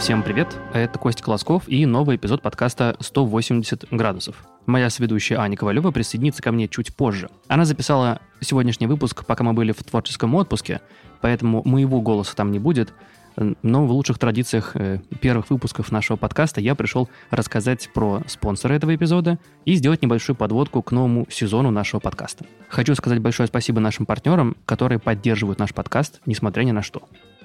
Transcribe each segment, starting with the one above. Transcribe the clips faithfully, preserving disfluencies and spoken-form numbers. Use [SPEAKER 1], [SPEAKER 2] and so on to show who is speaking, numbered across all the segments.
[SPEAKER 1] Всем привет, это Костя Колосков и новый эпизод подкаста сто восемьдесят градусов. Моя соведущая Аня Ковалева присоединится ко мне чуть позже. Она записала сегодняшний выпуск, пока мы были в творческом отпуске, поэтому моего голоса там не будет. Но в лучших традициях э, первых выпусков нашего подкаста я пришел рассказать про спонсора этого эпизода и сделать небольшую подводку к новому сезону нашего подкаста. Хочу сказать большое спасибо нашим партнерам, которые поддерживают наш подкаст, несмотря ни на что.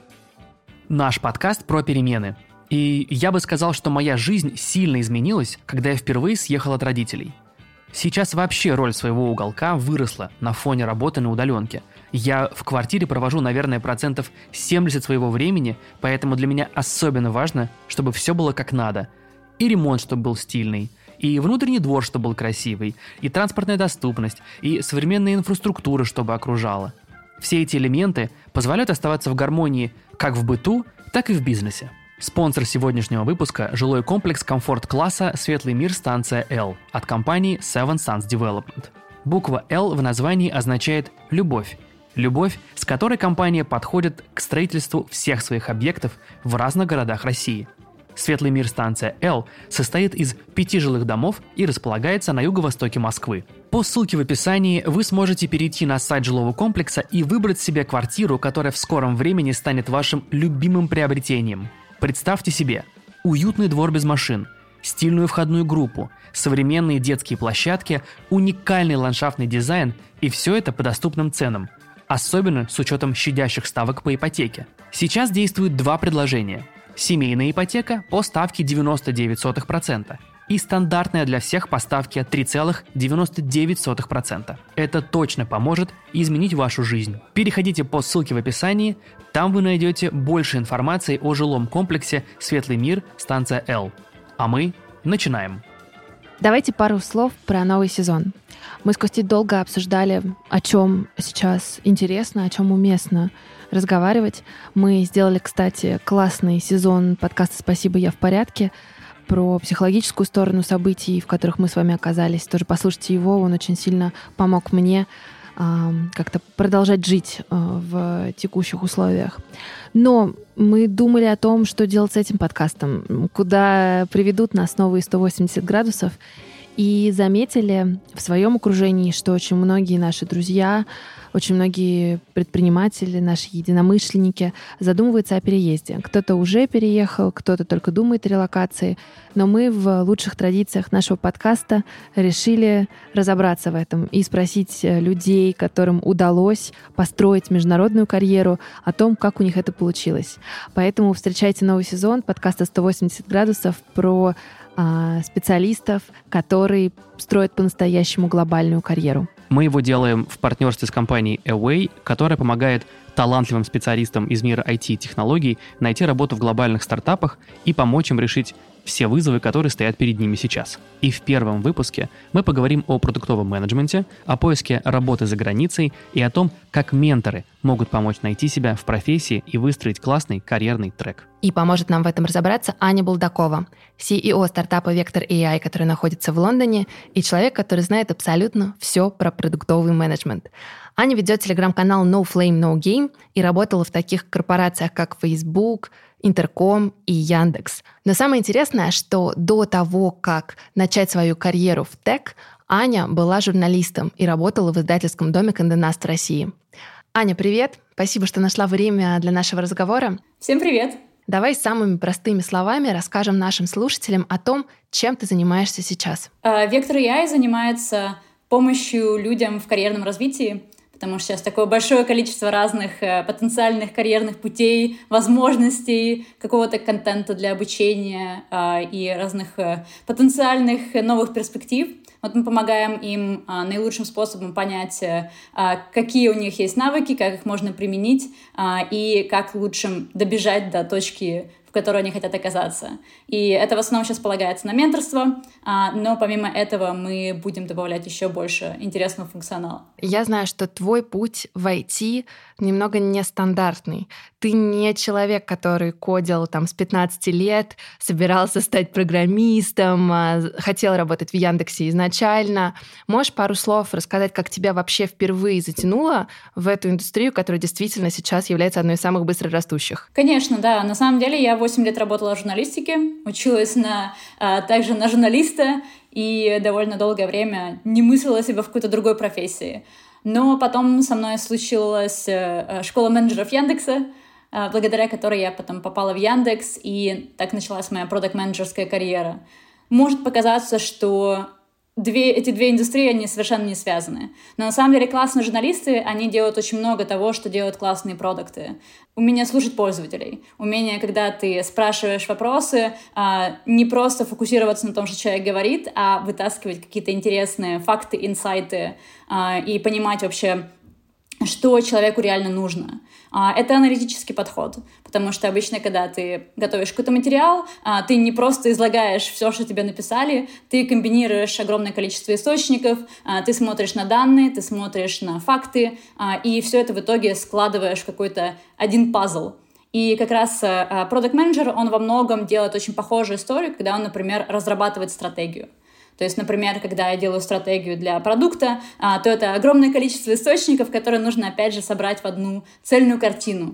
[SPEAKER 1] Наш подкаст про перемены. И я бы сказал, что моя жизнь сильно изменилась, когда я впервые съехал от родителей. Сейчас вообще роль своего уголка выросла на фоне работы на удаленке. Я в квартире провожу, наверное, процентов семьдесят своего времени, поэтому для меня особенно важно, чтобы все было как надо. И ремонт, чтобы был стильный, и внутренний двор, чтобы был красивый, и транспортная доступность, и современная инфраструктура, чтобы окружала. Все эти элементы позволяют оставаться в гармонии как в быту, так и в бизнесе. Спонсор сегодняшнего выпуска – жилой комплекс комфорт-класса «Светлый мир. Станция L» от компании Seven Suns Development. Буква «L» в названии означает «любовь». Любовь, с которой компания подходит к строительству всех своих объектов в разных городах России. «Светлый мир. Станция L» состоит из пяти жилых домов и располагается на юго-востоке Москвы. По ссылке в описании вы сможете перейти на сайт жилого комплекса и выбрать себе квартиру, которая в скором времени станет вашим любимым приобретением. Представьте себе уютный двор без машин, стильную входную группу, современные детские площадки, уникальный ландшафтный дизайн и все это по доступным ценам, особенно с учетом щадящих ставок по ипотеке. Сейчас действуют два предложения. Семейная ипотека по ставке девяносто девять сотых процента и стандартная для всех по ставке три целых девяносто девять сотых процента. Это точно поможет изменить вашу жизнь. Переходите по ссылке в описании, там вы найдете больше информации о жилом комплексе «Светлый мир. Станция L». А мы начинаем.
[SPEAKER 2] Давайте пару слов про новый сезон. Мы с Костей долго обсуждали, о чем сейчас интересно, о чем уместно разговаривать. Мы сделали, кстати, классный сезон подкаста «Спасибо, я в порядке», про психологическую сторону событий, в которых мы с вами оказались. Тоже послушайте его, он очень сильно помог мне э, как-то продолжать жить э, в текущих условиях. Но мы думали о том, что делать с этим подкастом, куда приведут нас новые сто восемьдесят градусов, и заметили в своем окружении, что очень многие наши друзья, очень многие предприниматели, наши единомышленники задумываются о переезде. Кто-то уже переехал, кто-то только думает о релокации, но мы в лучших традициях нашего подкаста решили разобраться в этом и спросить людей, которым удалось построить международную карьеру, о том, как у них это получилось. Поэтому встречайте новый сезон подкаста сто восемьдесят градусов про специалистов, которые строят по-настоящему глобальную карьеру.
[SPEAKER 1] Мы его делаем в партнерстве с компанией Away, которая помогает талантливым специалистам из мира ай ти-технологий найти работу в глобальных стартапах и помочь им решить все вызовы, которые стоят перед ними сейчас. И в первом выпуске мы поговорим о продуктовом менеджменте, о поиске работы за границей и о том, как менторы могут помочь найти себя в профессии и выстроить классный карьерный трек.
[SPEAKER 2] И поможет нам в этом разобраться Аня Булдакова, си и о стартапа Vector эй ай, который находится в Лондоне, и человек, который знает абсолютно все про продуктовый менеджмент. Аня ведет телеграм-канал No Flame, No Game и работала в таких корпорациях, как Facebook, Интерком и Яндекс. Но самое интересное, что до того, как начать свою карьеру в тег, Аня была журналистом и работала в издательском доме Condé Nast России. Аня, привет! Спасибо, что нашла время для нашего разговора.
[SPEAKER 3] Всем привет!
[SPEAKER 2] Давай самыми простыми словами расскажем нашим слушателям о том, чем ты занимаешься сейчас.
[SPEAKER 3] Vector эй ай занимается помощью людям в карьерном развитии, потому что сейчас такое большое количество разных э, потенциальных карьерных путей, возможностей, какого-то контента для обучения э, и разных э, потенциальных новых перспектив. Вот мы помогаем им э, наилучшим способом понять, э, какие у них есть навыки, как их можно применить э, и как лучше добежать до точки, в которой они хотят оказаться. И это в основном сейчас полагается на менторство, но помимо этого мы будем добавлять еще больше интересного функционала.
[SPEAKER 2] Я знаю, что твой путь в ай ти немного нестандартный. Ты не человек, который кодил там с пятнадцати лет, собирался стать программистом, хотел работать в Яндексе изначально. Можешь пару слов рассказать, как тебя вообще впервые затянуло в эту индустрию, которая действительно сейчас является одной из самых быстрорастущих?
[SPEAKER 3] Конечно, да. На самом деле я восемь лет работала в журналистике, училась на, также на журналиста и довольно долгое время не мыслила себя в какой-то другой профессии. Но потом со мной случилась школа менеджеров Яндекса, благодаря которой я потом попала в Яндекс, и так началась моя продакт-менеджерская карьера. Может показаться, что две, эти две индустрии, они совершенно не связаны. Но на самом деле классные журналисты, они делают очень много того, что делают классные продукты. Умение слушать пользователей, умение, когда ты спрашиваешь вопросы, не просто фокусироваться на том, что человек говорит, а вытаскивать какие-то интересные факты, инсайты и понимать вообще, что человеку реально нужно. Это аналитический подход, потому что обычно, когда ты готовишь какой-то материал, ты не просто излагаешь все, что тебе написали, ты комбинируешь огромное количество источников, ты смотришь на данные, ты смотришь на факты, и все это в итоге складываешь в какой-то один пазл. И как раз продакт-менеджер, он во многом делает очень похожую историю, когда он, например, разрабатывает стратегию. То есть, например, когда я делаю стратегию для продукта, то это огромное количество источников, которые нужно, опять же, собрать в одну цельную картину.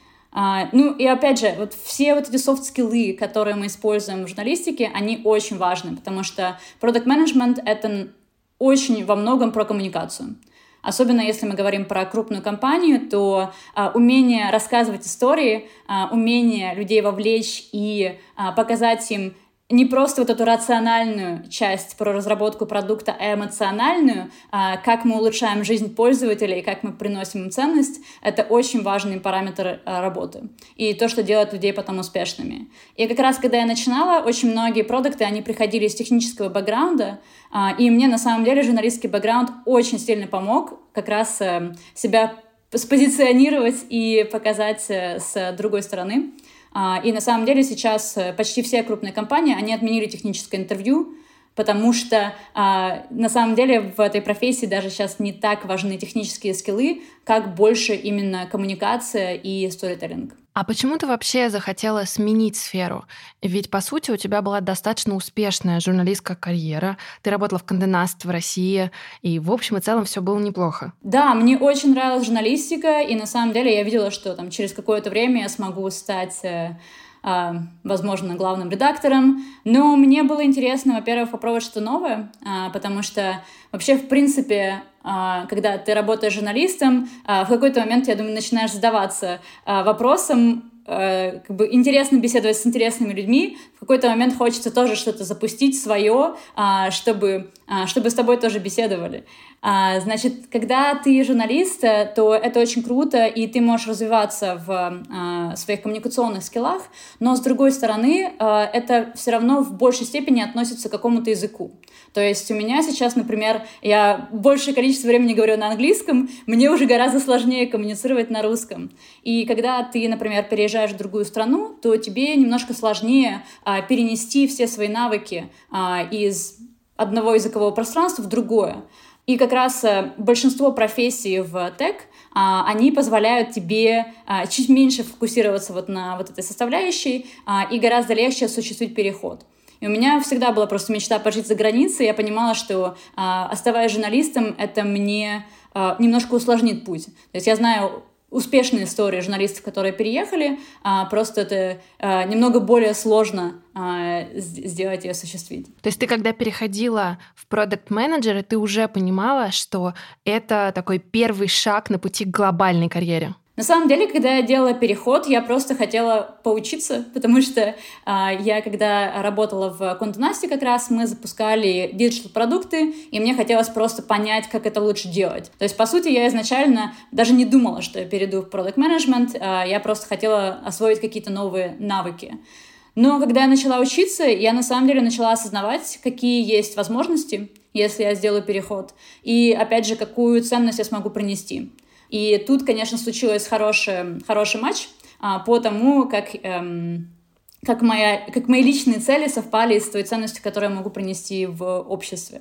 [SPEAKER 3] Ну и, опять же, вот все вот эти софт-скиллы, которые мы используем в журналистике, они очень важны, потому что продакт-менеджмент — это очень во многом про коммуникацию. Особенно если мы говорим про крупную компанию, то а, умение рассказывать истории, а, умение людей вовлечь и а, показать им не просто вот эту рациональную часть про разработку продукта, а эмоциональную, как мы улучшаем жизнь пользователей, как мы приносим им ценность, это очень важный параметр работы. И то, что делает людей потом успешными. И как раз, когда я начинала, очень многие продукты, они приходили из технического бэкграунда, и мне, на самом деле, журналистский бэкграунд очень сильно помог как раз себя спозиционировать и показать с другой стороны. И на самом деле сейчас почти все крупные компании, они отменили техническое интервью, потому что на самом деле в этой профессии даже сейчас не так важны технические скиллы, как больше именно коммуникация и сторителлинг.
[SPEAKER 2] А почему ты вообще захотела сменить сферу? Ведь, по сути, у тебя была достаточно успешная журналистская карьера, ты работала в Кондé Nast в России, и в общем и целом все было неплохо.
[SPEAKER 3] Да, мне очень нравилась журналистика, и на самом деле я видела, что там через какое-то время я смогу стать, возможно, главным редактором. Но мне было интересно, во-первых, попробовать что-то новое, потому что вообще, в принципе, когда ты работаешь журналистом, в какой-то момент, я думаю, начинаешь задаваться вопросом, как бы интересно беседовать с интересными людьми, в какой-то момент хочется тоже что-то запустить свое, чтобы, чтобы с тобой тоже беседовали. Значит, когда ты журналист, то это очень круто, и ты можешь развиваться в своих коммуникационных скиллах, но, с другой стороны, это все равно в большей степени относится к какому-то языку. То есть у меня сейчас, например, я большее количество времени говорю на английском, мне уже гораздо сложнее коммуницировать на русском. И когда ты, например, переезжаешь в другую страну, то тебе немножко сложнее а, перенести все свои навыки а, из одного языкового пространства в другое. И как раз а, большинство профессий в тег, а, они позволяют тебе а, чуть меньше фокусироваться вот на вот этой составляющей а, и гораздо легче осуществить переход. И у меня всегда была просто мечта пожить за границей. Я понимала, что, оставаясь журналистом, это мне немножко усложнит путь. То есть я знаю успешные истории журналистов, которые переехали, просто это немного более сложно сделать и осуществить.
[SPEAKER 2] То есть ты, когда переходила в продакт-менеджера, ты уже понимала, что это такой первый шаг на пути к глобальной карьере?
[SPEAKER 3] На самом деле, когда я делала переход, я просто хотела поучиться, потому что э, я, когда работала в Кондé Nast, как раз мы запускали диджитал-продукты, и мне хотелось просто понять, как это лучше делать. То есть, по сути, я изначально даже не думала, что я перейду в продакт-менеджмент, э, я просто хотела освоить какие-то новые навыки. Но когда я начала учиться, я на самом деле начала осознавать, какие есть возможности, если я сделаю переход, и, опять же, какую ценность я смогу принести. И тут, конечно, случился хороший, хороший матч а, по тому, как, эм, как, моя, как мои личные цели совпали с той ценностью, которую я могу принести в обществе.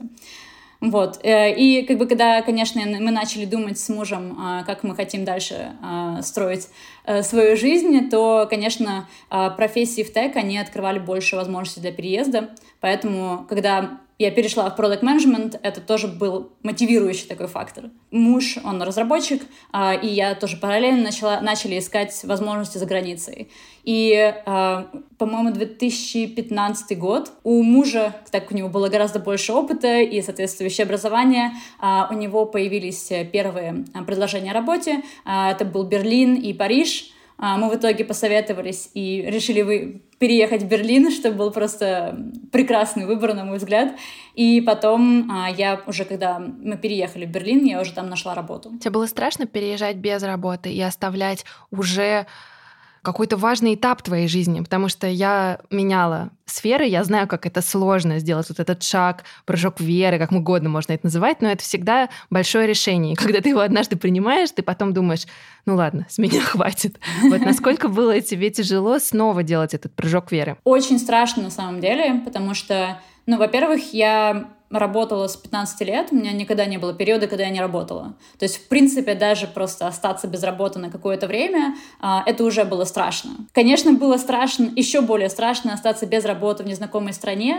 [SPEAKER 3] Вот. И как бы, когда, конечно, мы начали думать с мужем, как мы хотим дальше строить свою жизнь, то, конечно, профессии в тег, они открывали больше возможностей для переезда. Поэтому, когда я перешла в product management, это тоже был мотивирующий такой фактор. Муж, он разработчик, и я тоже параллельно начала, начали искать возможности за границей. И, по-моему, две тысячи пятнадцатый год. У мужа, так у него было гораздо больше опыта и соответствующее образование. У него появились первые предложения о работе. Это был Берлин и Париж. Мы в итоге посоветовались и решили вы переехать в Берлин, что был просто прекрасный выбор, на мой взгляд. И потом я уже, когда мы переехали в Берлин, я уже там нашла работу.
[SPEAKER 2] Тебе было страшно переезжать без работы и оставлять уже какой-то важный этап твоей жизни? Потому что я меняла сферы, я знаю, как это сложно сделать вот этот шаг, прыжок веры, как угодно можно это называть, но это всегда большое решение. И когда ты его однажды принимаешь, ты потом думаешь, ну ладно, с меня хватит. Вот насколько было тебе тяжело снова делать этот прыжок веры?
[SPEAKER 3] Очень страшно на самом деле, потому что, ну, во-первых, я работала с пятнадцати лет, у меня никогда не было периода, когда я не работала. То есть, в принципе, даже просто остаться без работы на какое-то время, это уже было страшно. Конечно, было страшно, еще более страшно остаться без работы в незнакомой стране,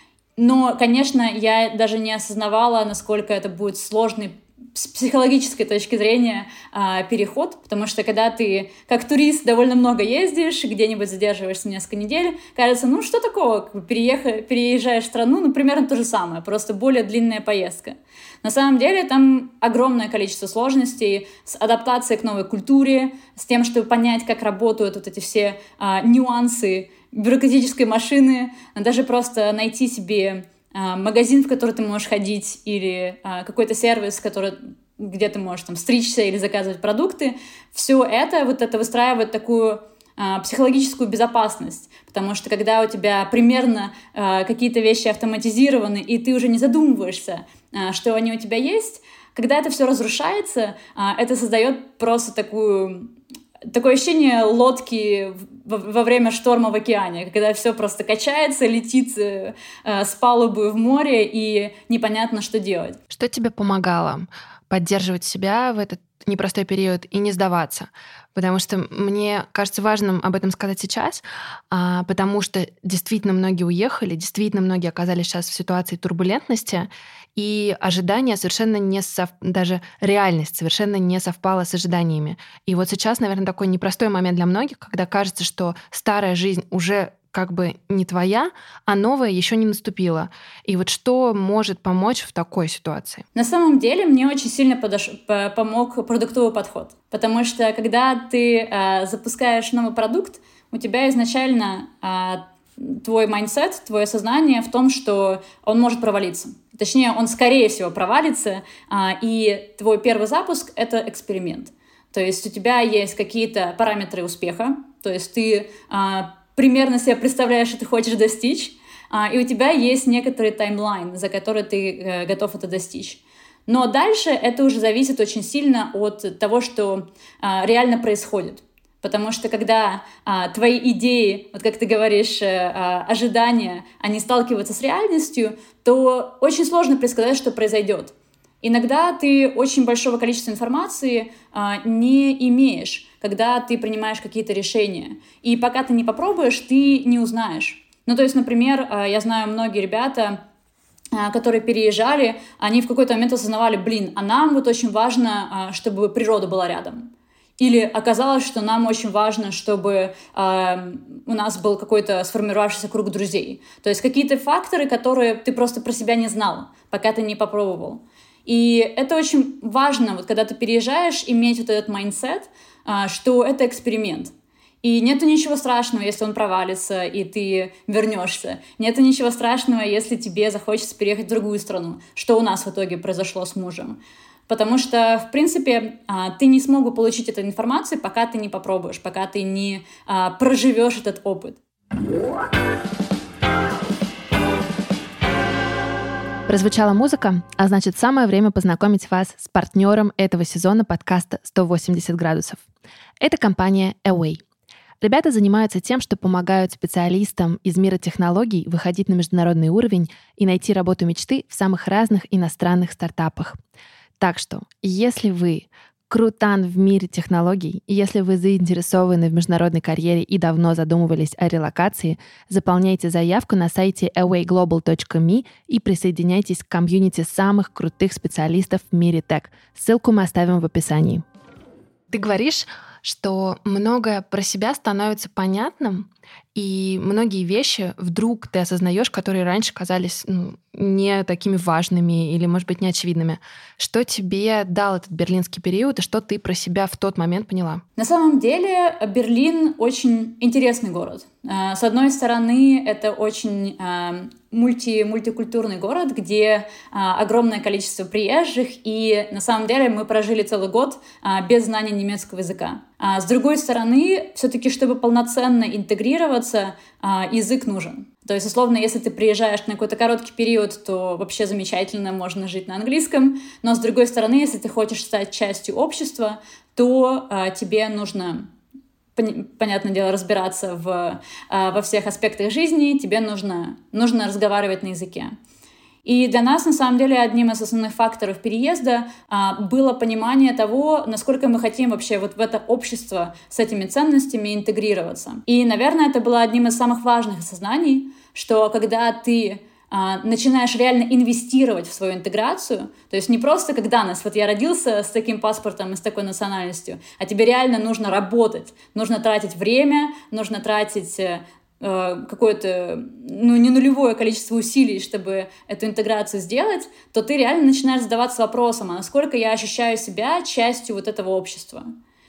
[SPEAKER 3] но, конечно, я даже не осознавала, насколько это будет сложный с психологической точки зрения переход, потому что когда ты как турист довольно много ездишь, где-нибудь задерживаешься несколько недель, кажется, ну что такого, переехай, переезжаешь в страну, ну примерно то же самое, просто более длинная поездка. На самом деле там огромное количество сложностей с адаптацией к новой культуре, с тем, чтобы понять, как работают вот эти все а, нюансы бюрократической машины, даже просто найти себе магазин, в который ты можешь ходить, или а, какой-то сервис, который, где ты можешь там стричься или заказывать продукты, все это, вот это выстраивает такую а, психологическую безопасность, потому что когда у тебя примерно а, какие-то вещи автоматизированы, и ты уже не задумываешься, а, что они у тебя есть, когда это все разрушается, а, это создает просто такую... Такое ощущение лодки во, во время шторма в океане, когда все просто качается, летит э, с палубы в море, и непонятно, что делать.
[SPEAKER 2] Что тебе помогало поддерживать себя в этот непростой период и не сдаваться? Потому что мне кажется важным об этом сказать сейчас, потому что действительно многие уехали, действительно многие оказались сейчас в ситуации турбулентности, и ожидания совершенно не сов... даже реальность совершенно не совпала с ожиданиями. И вот сейчас, наверное, такой непростой момент для многих, когда кажется, что старая жизнь уже как бы не твоя, а новая еще не наступила. И вот что может помочь в такой ситуации?
[SPEAKER 3] На самом деле мне очень сильно подош... помог продуктовый подход. Потому что когда ты э, запускаешь новый продукт, у тебя изначально э, твой майндсет, твое сознание в том, что он может провалиться. Точнее, он, скорее всего, провалится, э, и твой первый запуск — это эксперимент. То есть у тебя есть какие-то параметры успеха, то есть ты... Э, примерно себе представляешь, что ты хочешь достичь, и у тебя есть некоторый таймлайн, за который ты готов это достичь. Но дальше это уже зависит очень сильно от того, что реально происходит. Потому что когда твои идеи, вот как ты говоришь, ожидания, они сталкиваются с реальностью, то очень сложно предсказать, что произойдет. Иногда ты очень большого количества информации а, не имеешь, когда ты принимаешь какие-то решения. И пока ты не попробуешь, ты не узнаешь. Ну, то есть, например, а, я знаю многие ребята, а, которые переезжали, они в какой-то момент осознавали, блин, а нам вот очень важно, а, чтобы природа была рядом. Или оказалось, что нам очень важно, чтобы э, у нас был какой-то сформировавшийся круг друзей. То есть какие-то факторы, которые ты просто про себя не знал, пока ты не попробовал. И это очень важно, вот когда ты переезжаешь, иметь вот этот майндсет, э, что это эксперимент. И нету ничего страшного, если он провалится, и ты вернешься. Нету ничего страшного, если тебе захочется переехать в другую страну, что у нас в итоге произошло с мужем. Потому что, в принципе, ты не смог бы получить эту информацию, пока ты не попробуешь, пока ты не проживешь этот опыт.
[SPEAKER 2] Прозвучала музыка, а значит, самое время познакомить вас с партнером этого сезона подкаста «сто восемьдесят градусов». Это компания Away. Ребята занимаются тем, что помогают специалистам из мира технологий выходить на международный уровень и найти работу мечты в самых разных иностранных стартапах. Так что, если вы крутан в мире технологий, и если вы заинтересованы в международной карьере и давно задумывались о релокации, заполняйте заявку на сайте away global точка me и присоединяйтесь к комьюнити самых крутых специалистов в мире тех. Ссылку мы оставим в описании. Ты говоришь, что многое про себя становится понятным, и многие вещи вдруг ты осознаешь, которые раньше казались ну, не такими важными или, может быть, неочевидными. Что тебе дал этот берлинский период, и что ты про себя в тот момент поняла?
[SPEAKER 3] На самом деле Берлин очень интересный город. С одной стороны, это очень мульти, мультикультурный город, где огромное количество приезжих, и на самом деле мы прожили целый год без знания немецкого языка. А с другой стороны, все-таки, чтобы полноценно интегрироваться, язык нужен. То есть, условно, если ты приезжаешь на какой-то короткий период, то вообще замечательно, можно жить на английском. Но, с другой стороны, если ты хочешь стать частью общества, то а, тебе нужно, пон- понятное дело, разбираться в, а, во всех аспектах жизни, тебе нужно, нужно разговаривать на языке. И для нас, на самом деле, одним из основных факторов переезда а, было понимание того, насколько мы хотим вообще вот в это общество с этими ценностями интегрироваться. И, наверное, это было одним из самых важных осознаний, что когда ты а, начинаешь реально инвестировать в свою интеграцию, то есть не просто как данность, вот я родился с таким паспортом и с такой национальностью, а тебе реально нужно работать, нужно тратить время, нужно тратить какое-то, ну, не нулевое количество усилий, чтобы эту интеграцию сделать, то ты реально начинаешь задаваться вопросом, а насколько я ощущаю себя частью вот этого общества.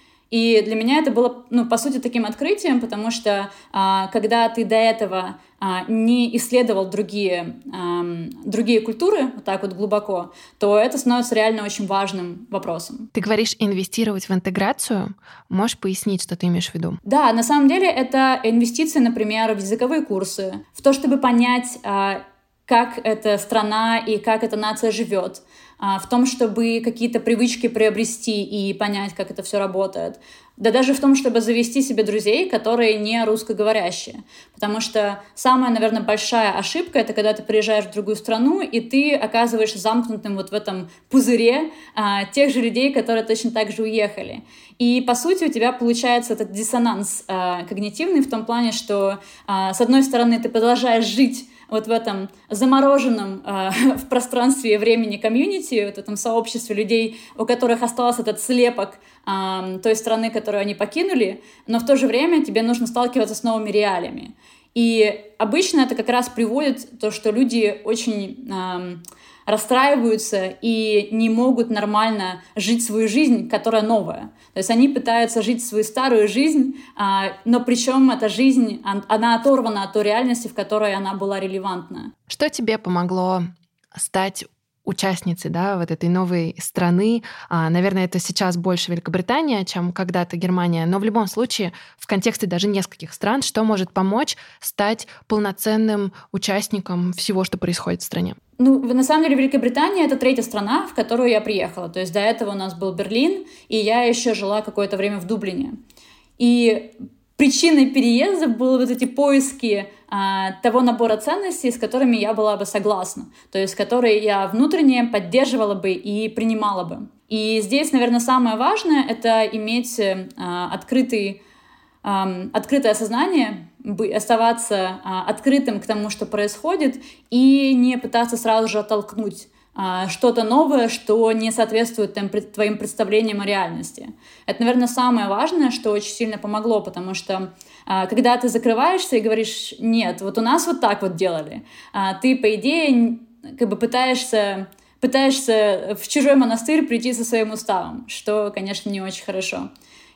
[SPEAKER 3] И для меня это было, ну, по сути, таким открытием, потому что а, когда ты до этого а, не исследовал другие, а, другие культуры вот так вот глубоко, то это становится реально очень важным вопросом.
[SPEAKER 2] Ты говоришь инвестировать в интеграцию. Можешь пояснить, что ты имеешь в виду?
[SPEAKER 3] Да, на самом деле это инвестиции, например, в языковые курсы, в то, чтобы понять, а, как эта страна и как эта нация живет, в том, чтобы какие-то привычки приобрести и понять, как это все работает. Да даже в том, чтобы завести себе друзей, которые не русскоговорящие. Потому что самая, наверное, большая ошибка — это когда ты приезжаешь в другую страну, и ты оказываешься замкнутым вот в этом пузыре а, тех же людей, которые точно так же уехали. И, по сути, у тебя получается этот диссонанс а, когнитивный в том плане, что, а, с одной стороны, ты продолжаешь жить вот в этом замороженном э, в пространстве и времени комьюнити, вот в этом сообществе людей, у которых остался этот слепок э, той страны, которую они покинули, но в то же время тебе нужно сталкиваться с новыми реалиями. И обычно это как раз приводит к тому, что люди очень э, расстраиваются и не могут нормально жить свою жизнь, которая новая. То есть они пытаются жить свою старую жизнь, но причем эта жизнь, она оторвана от той реальности, в которой она была релевантна.
[SPEAKER 2] Что тебе помогло стать участницей, да, вот этой новой страны? А, наверное, это сейчас больше Великобритания, чем когда-то Германия, но в любом случае в контексте даже нескольких стран, что может помочь стать полноценным участником всего, что происходит в стране?
[SPEAKER 3] Ну, на самом деле, Великобритания — это третья страна, в которую я приехала. То есть до этого у нас был Берлин, и я еще жила какое-то время в Дублине. И причиной переезда были вот эти поиски а, того набора ценностей, с которыми я была бы согласна. То есть которые я внутренне поддерживала бы и принимала бы. И здесь, наверное, самое важное — это иметь а, открытый открытое сознание, оставаться открытым к тому, что происходит, и не пытаться сразу же оттолкнуть что-то новое, что не соответствует твоим представлениям о реальности. Это, наверное, самое важное, что очень сильно помогло, потому что когда ты закрываешься и говоришь: нет, вот у нас вот так вот делали, ты, по идее, как бы пытаешься, пытаешься в чужой монастырь прийти со своим уставом, что, конечно, не очень хорошо.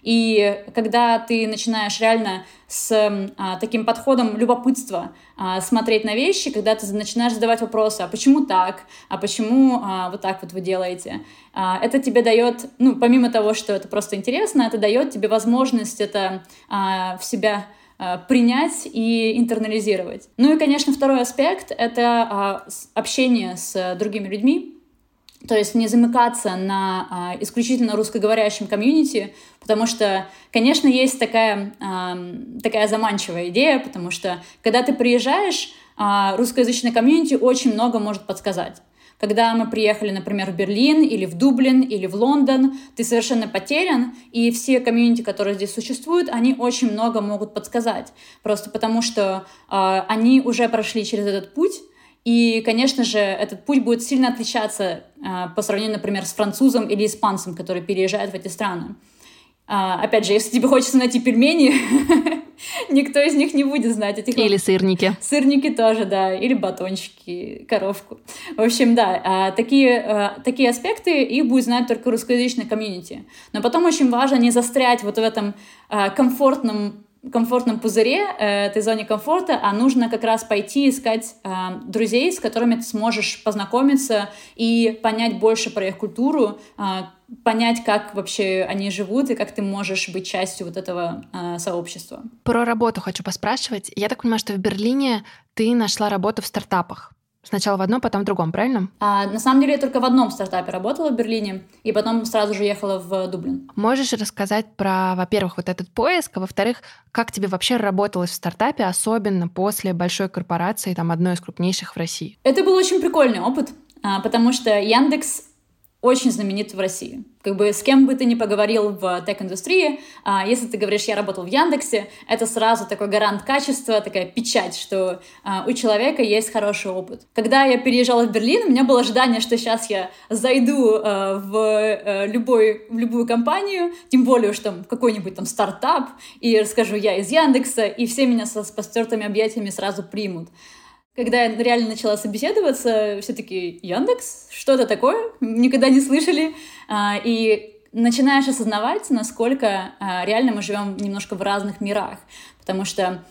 [SPEAKER 3] И когда ты начинаешь реально с а, таким подходом любопытства а, смотреть на вещи, когда ты начинаешь задавать вопросы: а почему так, а почему а, вот так вот вы делаете, а, это тебе дает, ну, помимо того, что это просто интересно, это дает тебе возможность это а, в себя а, принять и интернализировать. Ну и, конечно, второй аспект — это а, общение с другими людьми. То есть не замыкаться на а, исключительно русскоговорящем комьюнити, потому что, конечно, есть такая, а, такая заманчивая идея, потому что, когда ты приезжаешь, а, русскоязычное комьюнити очень много может подсказать. Когда мы приехали, например, в Берлин или в Дублин или в Лондон, ты совершенно потерян, и все комьюнити, которые здесь существуют, они очень много могут подсказать. Просто потому, что э, они уже прошли через этот путь, и, конечно же, этот путь будет сильно отличаться э, по сравнению, например, с французом или испанцем, который переезжает в эти страны. Э, опять же, если тебе хочется найти пельмени, никто из них не будет знать этих...
[SPEAKER 2] Или сырники.
[SPEAKER 3] Сырники тоже, да, или батончики, коровку. В общем, да, такие, такие аспекты их будет знать только русскоязычный комьюнити. Но потом очень важно не застрять вот в этом комфортном, комфортном пузыре, этой зоне комфорта, а нужно как раз пойти искать друзей, с которыми ты сможешь познакомиться и понять больше про их культуру, понять, как вообще они живут и как ты можешь быть частью вот этого э, сообщества.
[SPEAKER 2] Про работу хочу поспрашивать. Я так понимаю, что в Берлине ты нашла работу в стартапах. Сначала в одном, потом в другом, правильно?
[SPEAKER 3] А, на самом деле я только в одном стартапе работала в Берлине, и потом сразу же ехала в Дублин.
[SPEAKER 2] Можешь рассказать про, во-первых, вот этот поиск, а во-вторых, как тебе вообще работалось в стартапе, особенно после большой корпорации, там, одной из крупнейших в России?
[SPEAKER 3] Это был очень прикольный опыт, потому что Яндекс очень знаменит в России. Как бы с кем бы ты ни поговорил в тех-индустрии, а, если ты говоришь, я работал в Яндексе, это сразу такой гарант качества, такая печать, что а, у человека есть хороший опыт. Когда я переезжала в Берлин, у меня было ожидание, что сейчас я зайду а, в, а, любой, в любую компанию, тем более, что там какой-нибудь там стартап, и расскажу, я из Яндекса, и все меня со распростертыми объятиями сразу примут. Когда я реально начала собеседоваться, все такие: Яндекс? Что это такое? Никогда не слышали. И начинаешь осознавать, насколько реально мы живем немножко в разных мирах. Потому что,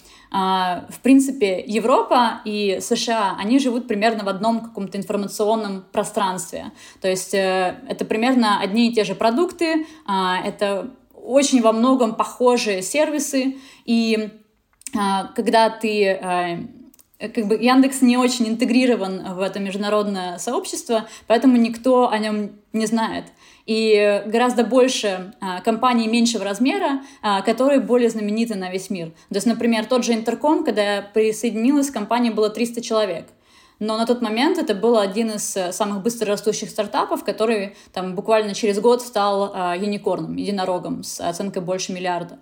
[SPEAKER 3] в принципе, Европа и США, они живут примерно в одном каком-то информационном пространстве. То есть это примерно одни и те же продукты, это очень во многом похожие сервисы. И когда ты... Как бы Яндекс не очень интегрирован в это международное сообщество, поэтому никто о нем не знает. И гораздо больше а, компаний меньшего размера, а, которые более знамениты на весь мир. То есть, например, тот же Интерком, когда я присоединилась, в компании было триста человек. Но на тот момент это был один из самых быстрорастущих стартапов, который там, буквально через год стал а, юникорном, единорогом с оценкой больше миллиарда.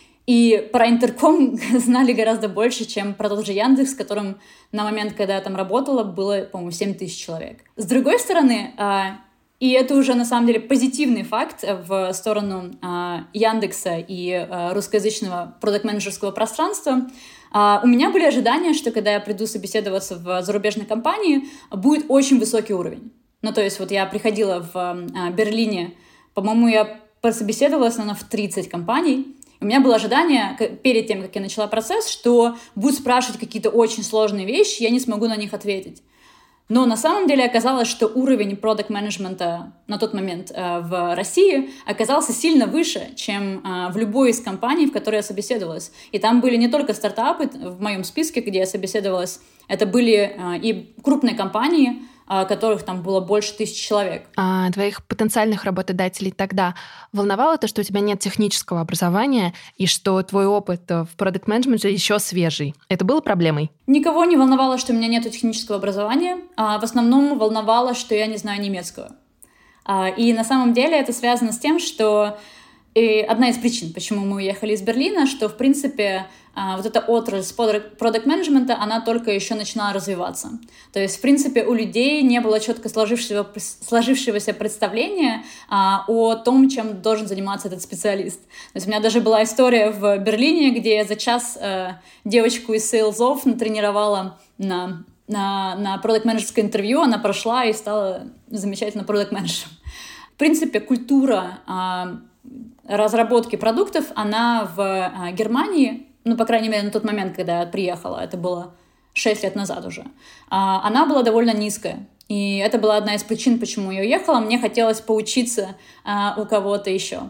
[SPEAKER 3] И про Интерком знали гораздо больше, чем про тот же Яндекс, в котором на момент, когда я там работала, было, по-моему, семь тысяч человек. С другой стороны, и это уже на самом деле позитивный факт в сторону Яндекса и русскоязычного продакт-менеджерского пространства, у меня были ожидания, что когда я приду собеседоваться в зарубежной компании, будет очень высокий уровень. Ну, то есть вот я приходила в Берлине, по-моему, я пособеседовалась, наверное, в тридцать компаний. У меня было ожидание, перед тем, как я начала процесс, что будут спрашивать какие-то очень сложные вещи, я не смогу на них ответить. Но на самом деле оказалось, что уровень продакт-менеджмента на тот момент э, в России оказался сильно выше, чем э, в любой из компаний, в которой я собеседовалась. И там были не только стартапы в моем списке, где я собеседовалась, это были э, и крупные компании, которых там было больше тысячи человек.
[SPEAKER 2] А твоих потенциальных работодателей тогда волновало то, что у тебя нет технического образования и что твой опыт в продакт-менеджменте еще свежий? Это было проблемой?
[SPEAKER 3] Никого не волновало, что у меня нет технического образования. А в основном волновало, что я не знаю немецкого. А, и на самом деле это связано с тем, что и одна из причин, почему мы уехали из Берлина, что, в принципе, вот эта отрасль продакт-менеджмента, она только еще начинала развиваться. То есть, в принципе, у людей не было четко сложившегося, сложившегося представления а, о том, чем должен заниматься этот специалист. То есть у меня даже была история в Берлине, где я за час а, девочку из сейлзов натренировала на, на, на продакт-менеджерское интервью, она прошла и стала замечательно продакт-менеджером. В принципе, культура а, разработки продуктов, она в а, Германии, ну, по крайней мере, на тот момент, когда я приехала, это было шесть лет назад уже, а, она была довольно низкая. И это была одна из причин, почему я уехала. Мне хотелось поучиться а, у кого-то еще.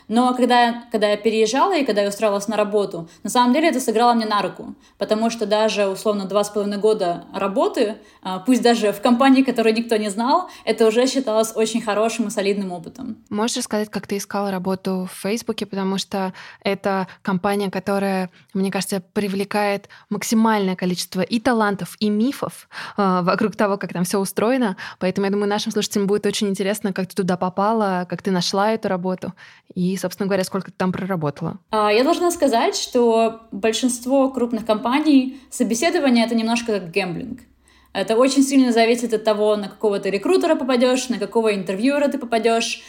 [SPEAKER 3] Но когда, когда я переезжала и когда я устраивалась на работу, на самом деле это сыграло мне на руку, потому что даже, условно, два с половиной года работы, пусть даже в компании, которую никто не знал, это уже считалось очень хорошим и солидным опытом.
[SPEAKER 2] Можешь рассказать, как ты искала работу в Фейсбуке, потому что это компания, которая, мне кажется, привлекает максимальное количество и талантов, и мифов э, вокруг того, как там все устроено. Поэтому, я думаю, нашим слушателям будет очень интересно, как ты туда попала, как ты нашла эту работу и, собственно говоря, сколько ты там проработала.
[SPEAKER 3] Я должна сказать, что большинство крупных компаний собеседование — это немножко как гэмблинг. Это очень сильно зависит от того, на какого ты рекрутера попадешь, на какого интервьюера ты попадешь,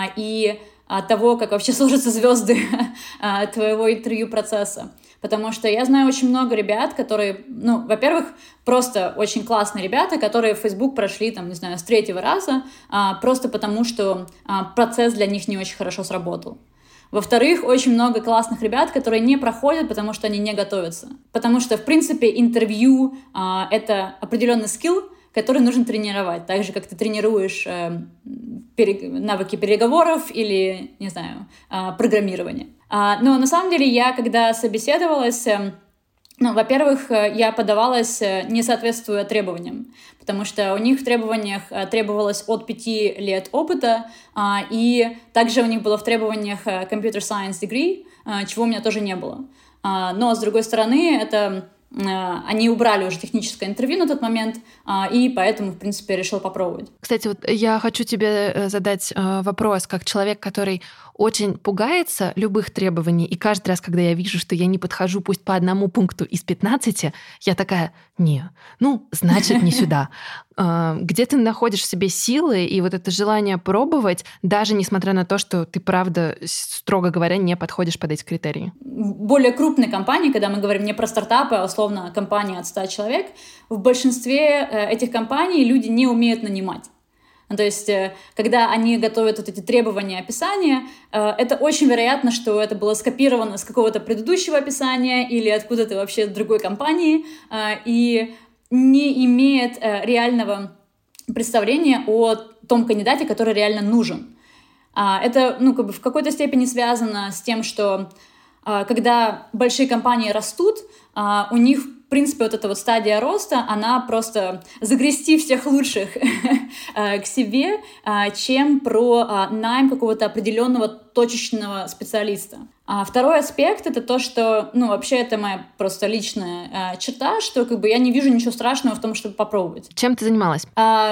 [SPEAKER 3] и от того, как вообще сложатся звезды твоего интервью-процесса. Потому что я знаю очень много ребят, которые, ну, во-первых, просто очень классные ребята, которые в Facebook прошли, там, не знаю, с третьего раза, а, просто потому что а, процесс для них не очень хорошо сработал. Во-вторых, очень много классных ребят, которые не проходят, потому что они не готовятся. Потому что, в принципе, интервью а, — это определенный скилл, который нужно тренировать, так же, как ты тренируешь э, пере... навыки переговоров или, не знаю, э, программирования. А, но на самом деле я, когда собеседовалась, э, ну, во-первых, я подавалась, не соответствуя требованиям, потому что у них в требованиях требовалось от пяти лет опыта, э, и также у них было в требованиях computer science degree, э, чего у меня тоже не было. Э, но, с другой стороны, это... Они убрали уже техническое интервью на тот момент, и поэтому, в принципе, решил попробовать.
[SPEAKER 2] Кстати, вот я хочу тебе задать вопрос, как человек, который очень пугается любых требований, и каждый раз, когда я вижу, что я не подхожу пусть по одному пункту из пятнадцати, я такая, не, ну, значит, не сюда. Где ты находишь в себе силы и вот это желание пробовать, даже несмотря на то, что ты, правда, строго говоря, не подходишь под эти критерии?
[SPEAKER 3] Более крупные компании, когда мы говорим не про стартапы, а условно компании от ста человек, в большинстве этих компаний люди не умеют нанимать. То есть, когда они готовят вот эти требования описания, это очень вероятно, что это было скопировано с какого-то предыдущего описания или откуда-то вообще с другой компании, и не имеет реального представления о том кандидате, который реально нужен. Это, ну, как бы в какой-то степени связано с тем, что когда большие компании растут, у них, в принципе, вот эта вот стадия роста, она просто загрести всех лучших к себе, чем про найм какого-то определенного точечного специалиста. Второй аспект — это то, что, ну, вообще это моя просто личная черта, что как бы я не вижу ничего страшного в том, чтобы попробовать.
[SPEAKER 2] Чем ты занималась?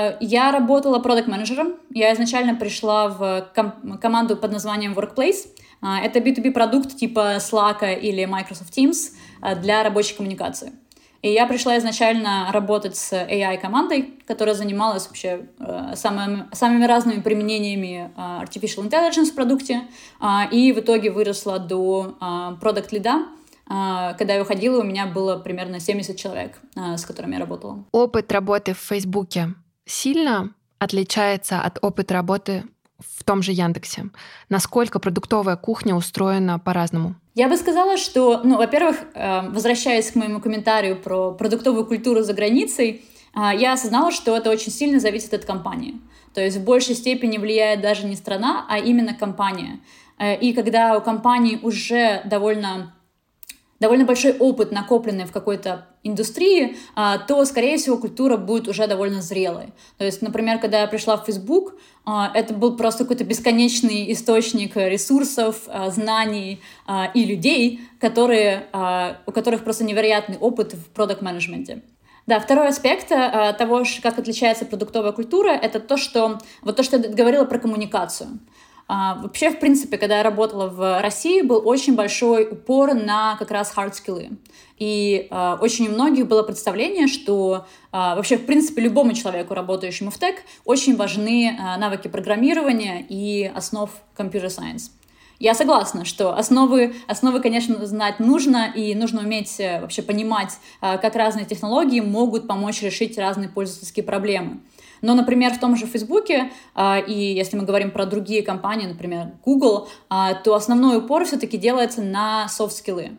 [SPEAKER 3] Я работала продакт-менеджером. Я изначально пришла в ком- команду под названием Workplace. Это би ту би-продукт типа Slack или Microsoft Teams для рабочей коммуникации. И я пришла изначально работать с эй ай-командой, которая занималась вообще э, самыми, самыми разными применениями э, artificial intelligence в продукте, э, и в итоге выросла до продакт-лида. Э, когда я уходила, у меня было примерно семьдесят человек, э, с которыми я работала.
[SPEAKER 2] Опыт работы в Фейсбуке сильно отличается от опыта работы в том же Яндексе? Насколько продуктовая кухня устроена по-разному?
[SPEAKER 3] Я бы сказала, что, ну, во-первых, возвращаясь к моему комментарию про продуктовую культуру за границей, я осознала, что это очень сильно зависит от компании. То есть в большей степени влияет даже не страна, а именно компания. И когда у компании уже довольно... довольно большой опыт, накопленный в какой-то индустрии, то, скорее всего, культура будет уже довольно зрелой. То есть, например, когда я пришла в Facebook, это был просто какой-то бесконечный источник ресурсов, знаний и людей, которые, у которых просто невероятный опыт в продакт-менеджменте. Да, второй аспект того, как отличается продуктовая культура, это то, что, вот то, что я говорила про коммуникацию. Uh, вообще, в принципе, когда я работала в России, был очень большой упор на как раз hard-скиллы. И uh, очень у многих было представление, что uh, вообще, в принципе, любому человеку, работающему в тех, очень важны uh, навыки программирования и основ computer science. Я согласна, что основы, основы, конечно, знать нужно, и нужно уметь вообще понимать, uh, как разные технологии могут помочь решить разные пользовательские проблемы. Но, например, в том же Фейсбуке, э, и если мы говорим про другие компании, например, Google, э, то основной упор все-таки делается на софт-скиллы.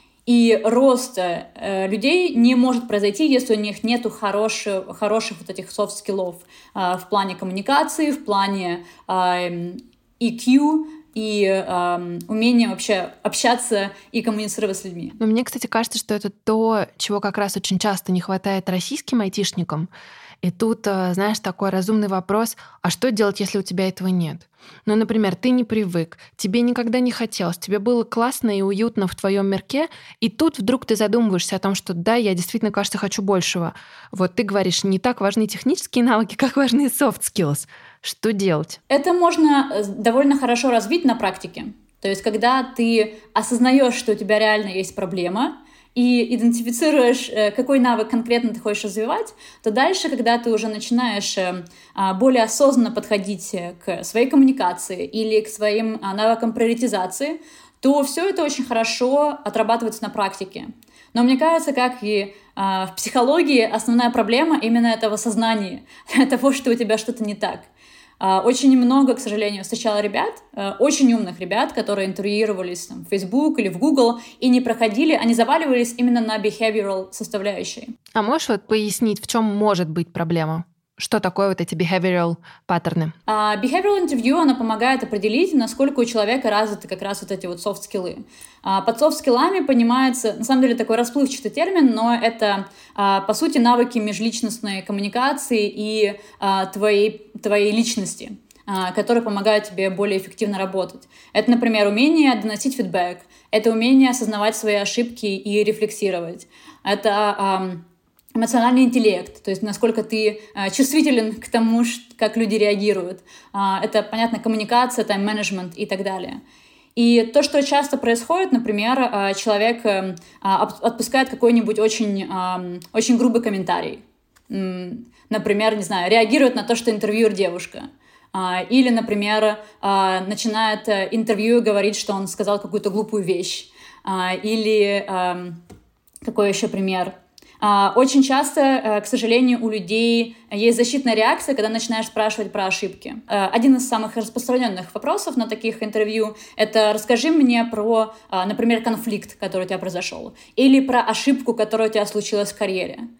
[SPEAKER 3] И рост э, людей не может произойти, если у них нет хороших, хороших вот этих софт-скиллов э, в плане коммуникации, в плане э, и кью и э, умение вообще общаться и коммуницировать с людьми.
[SPEAKER 2] Но мне, кстати, кажется, что это то, чего как раз очень часто не хватает российским айтишникам. И тут, знаешь, такой разумный вопрос, а что делать, если у тебя этого нет? Ну, например, ты не привык, тебе никогда не хотелось, тебе было классно и уютно в твоем мирке, и тут вдруг ты задумываешься о том, что да, я действительно, кажется, хочу большего. Вот ты говоришь, не так важны технические навыки, как важны soft skills. Что делать?
[SPEAKER 3] Это можно довольно хорошо развить на практике. То есть, когда ты осознаешь, что у тебя реально есть проблема, и идентифицируешь, какой навык конкретно ты хочешь развивать, то дальше, когда ты уже начинаешь более осознанно подходить к своей коммуникации или к своим навыкам приоритизации, то все это очень хорошо отрабатывается на практике. Но мне кажется, как и в психологии, основная проблема именно этого сознания, того, что у тебя что-то не так. Очень много, к сожалению, встречала ребят, очень умных ребят, которые интервьюировались там, в Facebook или в Google и не проходили, они заваливались именно на behavioral составляющие.
[SPEAKER 2] А можешь вот пояснить, в чем может быть проблема? Что такое вот эти behavioral паттерны?
[SPEAKER 3] Uh, behavioral интервью, оно помогает определить, насколько у человека развиты как раз вот эти вот софт-скиллы. Uh, под софт-скиллами понимается, на самом деле, такой расплывчатый термин, но это, uh, по сути, навыки межличностной коммуникации и uh, твоей, твоей личности, uh, которые помогают тебе более эффективно работать. Это, например, умение доносить фидбэк, это умение осознавать свои ошибки и рефлексировать. Это... Um, эмоциональный интеллект, то есть насколько ты э, чувствителен к тому, как люди реагируют. Э, это, понятно, коммуникация, тайм-менеджмент и так далее. И то, что часто происходит, например, э, человек э, отпускает какой-нибудь очень, э, очень грубый комментарий. М, например, не знаю, реагирует на то, что интервьюер девушка. Э, или, например, э, начинает интервью и говорит, что он сказал какую-то глупую вещь. Э, или э, какой еще пример? Очень часто, к сожалению, у людей есть защитная реакция, когда начинаешь спрашивать про ошибки. Один из самых распространенных вопросов на таких интервью — это «расскажи мне про, например, конфликт, который у тебя произошел, или про ошибку, которая у тебя случилась в карьере».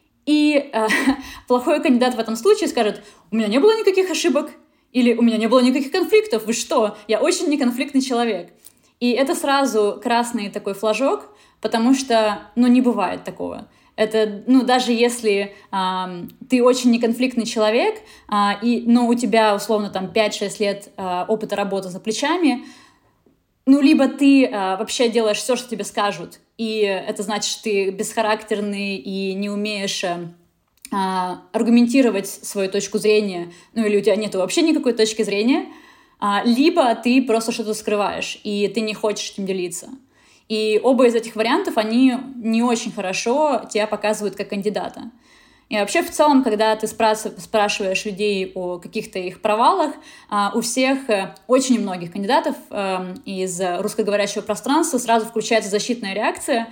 [SPEAKER 3] И э, плохой кандидат в этом случае скажет «у меня не было никаких ошибок» или «у меня не было никаких конфликтов, вы что? Я очень неконфликтный человек». И это сразу красный такой флажок, потому что, ну, не бывает такого. Это, ну, даже если э, ты очень неконфликтный человек, э, и, ну, у тебя, условно, там, пять-шесть лет э, опыта работы за плечами, ну, либо ты э, вообще делаешь все, что тебе скажут, и это значит, что ты бесхарактерный и не умеешь э, аргументировать свою точку зрения, ну, или у тебя нет вообще никакой точки зрения, э, либо ты просто что-то скрываешь, и ты не хочешь этим делиться. И оба из этих вариантов, они не очень хорошо тебя показывают как кандидата. И вообще, в целом, когда ты спрашиваешь людей о каких-то их провалах, у всех, очень многих кандидатов из русскоговорящего пространства сразу включается защитная реакция,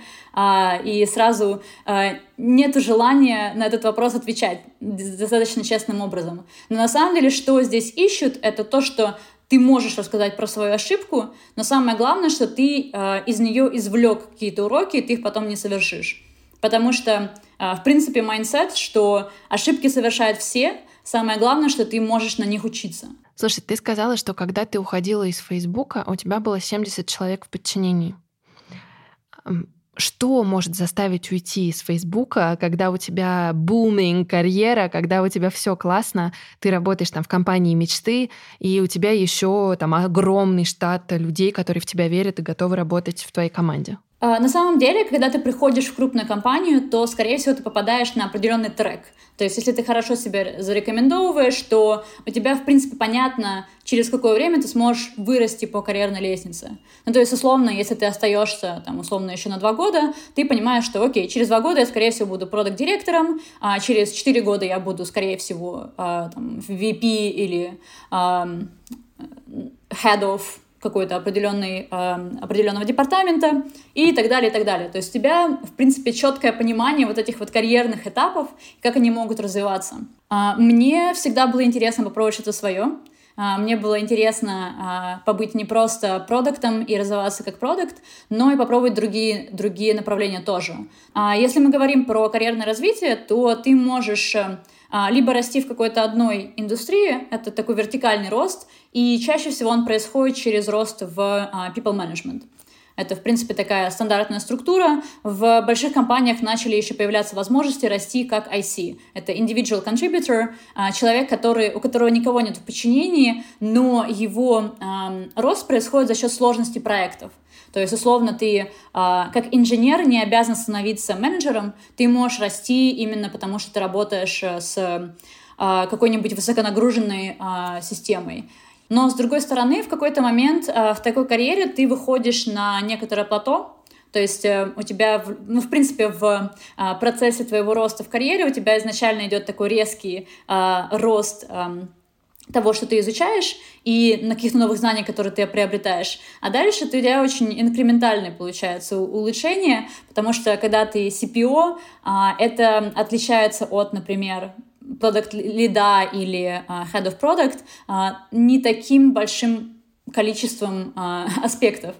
[SPEAKER 3] и сразу нет желания на этот вопрос отвечать достаточно честным образом. Но на самом деле, что здесь ищут, это то, что ты можешь рассказать про свою ошибку, но самое главное, что ты э, из нее извлек какие-то уроки, и ты их потом не совершишь. Потому что, э, в принципе, майндсет, что ошибки совершают все, самое главное, что ты можешь на них учиться.
[SPEAKER 2] Слушай, ты сказала, что когда ты уходила из Фейсбука, у тебя было семьдесят человек в подчинении. Что может заставить уйти из Фейсбука, когда у тебя буминг карьера, когда у тебя все классно, ты работаешь там в компании мечты, и у тебя еще там огромный штат людей, которые в тебя верят и готовы работать в твоей команде?
[SPEAKER 3] На самом деле, когда ты приходишь в крупную компанию, то, скорее всего, ты попадаешь на определенный трек. То есть, если ты хорошо себя зарекомендовываешь, то у тебя, в принципе, понятно, через какое время ты сможешь вырасти по карьерной лестнице. Ну, то есть, условно, если ты остаешься, там, условно, еще на два года, ты понимаешь, что, окей, через два года я, скорее всего, буду продакт-директором, а через четыре года я буду, скорее всего, там, ви пи или head of какой-то определенный, э, определенного департамента и так далее, и так далее. То есть у тебя, в принципе, четкое понимание вот этих вот карьерных этапов, как они могут развиваться. Э, мне всегда было интересно попробовать что-то свое. Мне было интересно побыть не просто продуктом и развиваться как продукт, но и попробовать другие, другие направления тоже. Если мы говорим про карьерное развитие, то ты можешь либо расти в какой-то одной индустрии, это такой вертикальный рост, и чаще всего он происходит через рост в people management. Это, в принципе, такая стандартная структура. В больших компаниях начали еще появляться возможности расти как ай си. Это individual contributor, человек, который, у которого никого нет в подчинении, но его эм, рост происходит за счет сложности проектов. То есть, условно, ты э, как инженер не обязан становиться менеджером, ты можешь расти именно потому, что ты работаешь с э, какой-нибудь высоконагруженной э, системой. Но, с другой стороны, в какой-то момент э, в такой карьере ты выходишь на некоторое плато, то есть э, у тебя, ну, в принципе, в э, процессе твоего роста в карьере у тебя изначально идет такой резкий э, рост э, того, что ты изучаешь, и на каких-то новых знаниях, которые ты приобретаешь. А дальше у тебя очень инкрементальное получается улучшение, потому что когда ты си пи о, э, это отличается от, например, продакт лида или uh, head of product uh, не таким большим количеством uh, аспектов.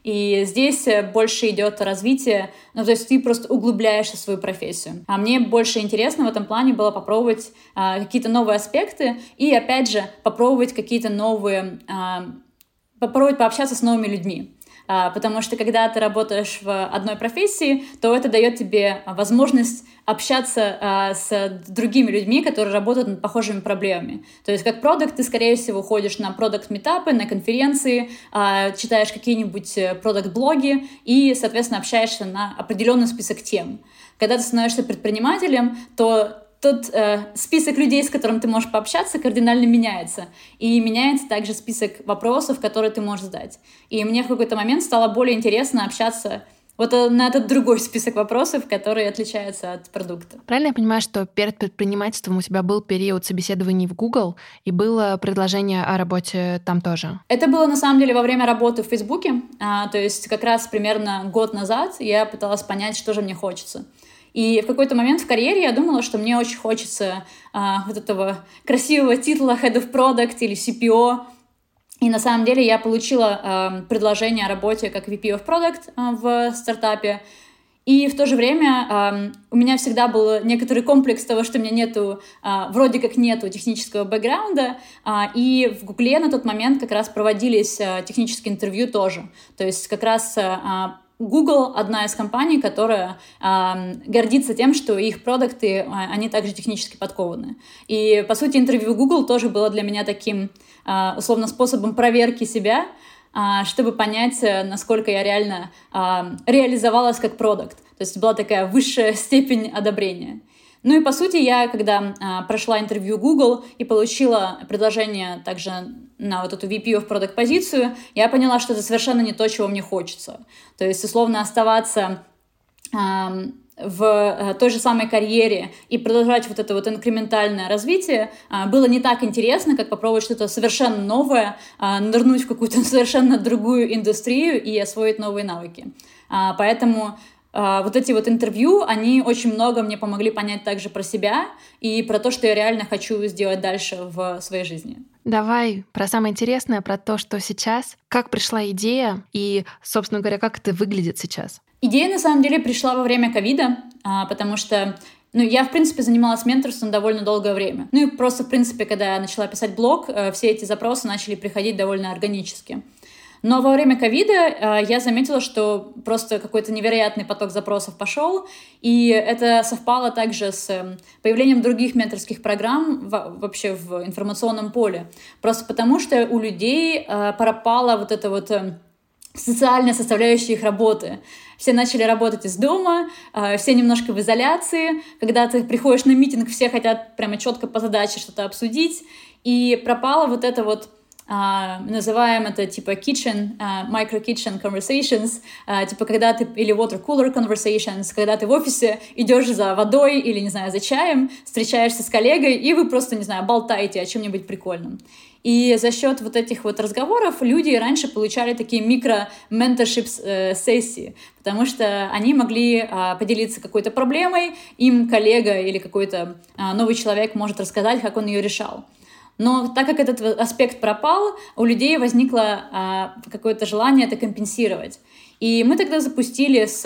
[SPEAKER 3] И здесь больше идет развитие, ну, то есть ты просто углубляешься в свою профессию. А мне больше интересно в этом плане было попробовать uh, какие-то новые аспекты и, опять же, попробовать какие-то новые, uh, попробовать пообщаться с новыми людьми. Uh, потому что когда ты работаешь в одной профессии, то это дает тебе возможность общаться uh, с другими людьми, которые работают над похожими проблемами. То есть как продакт ты, скорее всего, ходишь на продакт-митапы, на конференции, uh, читаешь какие-нибудь продакт-блоги и, соответственно, общаешься на определенный список тем. Когда ты становишься предпринимателем, то тот э, список людей, с которым ты можешь пообщаться, кардинально меняется. И меняется также список вопросов, которые ты можешь задать. И мне в какой-то момент стало более интересно общаться вот на этот другой список вопросов, которые отличаются от продукта.
[SPEAKER 2] Правильно я понимаю, что перед предпринимательством у тебя был период собеседований в Google и было предложение о работе там тоже?
[SPEAKER 3] Это было, на самом деле, во время работы в Фейсбуке. А, то есть как раз примерно год назад я пыталась понять, что же мне хочется. И в какой-то момент в карьере я думала, что мне очень хочется а, вот этого красивого титула Head of Product или си пи о. И на самом деле я получила а, предложение о работе как ви пи of Product а, в стартапе. И в то же время а, у меня всегда был некоторый комплекс того, что у меня нету, а, вроде как нету технического бэкграунда. А, и в Гугле на тот момент как раз проводились а, технические интервью тоже. То есть как раз... А, Google — одна из компаний, которая э, гордится тем, что их продукты, э, они также технически подкованы. И, по сути, интервью Google тоже было для меня таким, э, условно, способом проверки себя, э, чтобы понять, насколько я реально э, реализовалась как продукт. То есть была такая высшая степень одобрения. Ну и, по сути, я, когда а, прошла интервью Google и получила предложение также на вот эту ви пи of Product позицию, я поняла, что это совершенно не то, чего мне хочется. То есть, условно, оставаться а, в а, той же самой карьере и продолжать вот это вот инкрементальное развитие а, было не так интересно, как попробовать что-то совершенно новое, а, нырнуть в какую-то совершенно другую индустрию и освоить новые навыки. А, поэтому... Вот эти вот интервью, они очень много мне помогли понять также про себя и про то, что я реально хочу сделать дальше в своей жизни.
[SPEAKER 2] Давай про самое интересное, про то, что сейчас, как пришла идея и, собственно говоря, как это выглядит сейчас.
[SPEAKER 3] Идея, на самом деле, пришла во время ковида, потому что ну, я, в принципе, занималась менторством довольно долгое время. Ну и просто, в принципе, когда я начала писать блог, все эти запросы начали приходить довольно органически. Но во время ковида э, я заметила, что просто какой-то невероятный поток запросов пошел, и это совпало также с появлением других менторских программ в, вообще в информационном поле. Просто потому, что у людей э, пропала вот эта вот э, социальная составляющая их работы. Все начали работать из дома, э, все немножко в изоляции. Когда ты приходишь на митинг, все хотят прямо четко по задаче что-то обсудить, и пропала вот эта вот Uh, называем это типа kitchen, uh, micro kitchen conversations, uh, типа когда ты, или water cooler conversations, когда ты в офисе идешь за водой или, не знаю, за чаем, встречаешься с коллегой, и вы просто, не знаю, болтаете о чем-нибудь прикольном. И за счет вот этих вот разговоров люди раньше получали такие микро-менторшип-сессии, потому что они могли uh, поделиться какой-то проблемой, им коллега или какой-то uh, новый человек может рассказать, как он ее решал. Но так как этот аспект пропал, у людей возникло а, какое-то желание это компенсировать. И мы тогда запустили с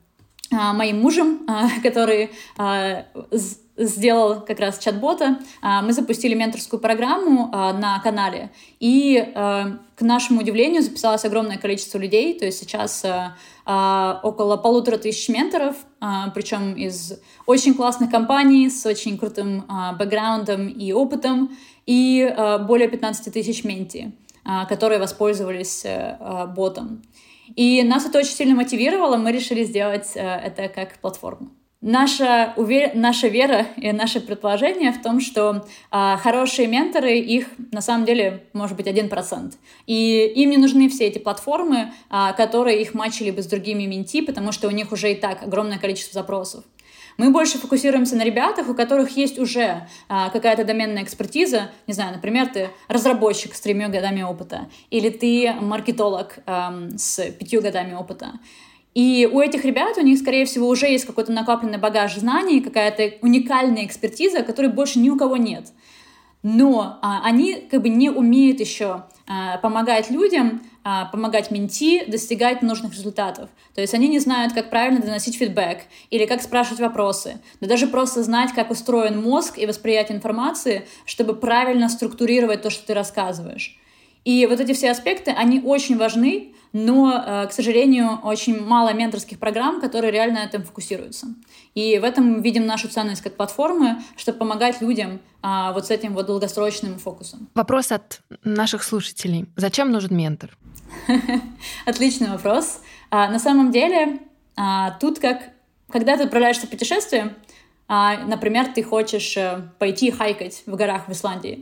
[SPEAKER 3] а, моим мужем, а, который а, с, сделал как раз чат-бота, а, мы запустили менторскую программу а, на канале. И а, к нашему удивлению записалось огромное количество людей. То есть сейчас а, а, около полутора тысяч менторов, а, причем из очень классных компаний с очень крутым а, бэкграундом и опытом. И э, более пятнадцать тысяч менти, э, которые воспользовались э, ботом. И нас это очень сильно мотивировало, мы решили сделать э, это как платформу. Наша, увер... наша вера и наше предположение в том, что э, хорошие менторы, их на самом деле может быть один процент. И им не нужны все эти платформы, э, которые их матчили бы с другими менти, потому что у них уже и так огромное количество запросов. Мы больше фокусируемся на ребятах, у которых есть уже а, какая-то доменная экспертиза. Не знаю, например, ты разработчик с тремя годами опыта, или ты маркетолог а, с пятью годами опыта. И у этих ребят, у них, скорее всего, уже есть какой-то накопленный багаж знаний, какая-то уникальная экспертиза, которой больше ни у кого нет. Но а, они как бы не умеют еще а, помогать людям, а, помогать менти достигать нужных результатов. То есть они не знают, как правильно доносить фидбэк или как спрашивать вопросы, да даже просто знать, как устроен мозг и восприятие информации, чтобы правильно структурировать то, что ты рассказываешь. И вот эти все аспекты, они очень важны, но, к сожалению, очень мало менторских программ, которые реально на этом фокусируются. И в этом мы видим нашу ценность как платформы, чтобы помогать людям а, вот с этим вот долгосрочным фокусом.
[SPEAKER 2] Вопрос от наших слушателей. Зачем нужен ментор?
[SPEAKER 3] Отличный вопрос. А, на самом деле, а, тут как, когда ты отправляешься в путешествие, а, например, ты хочешь пойти хайкать в горах в Исландии,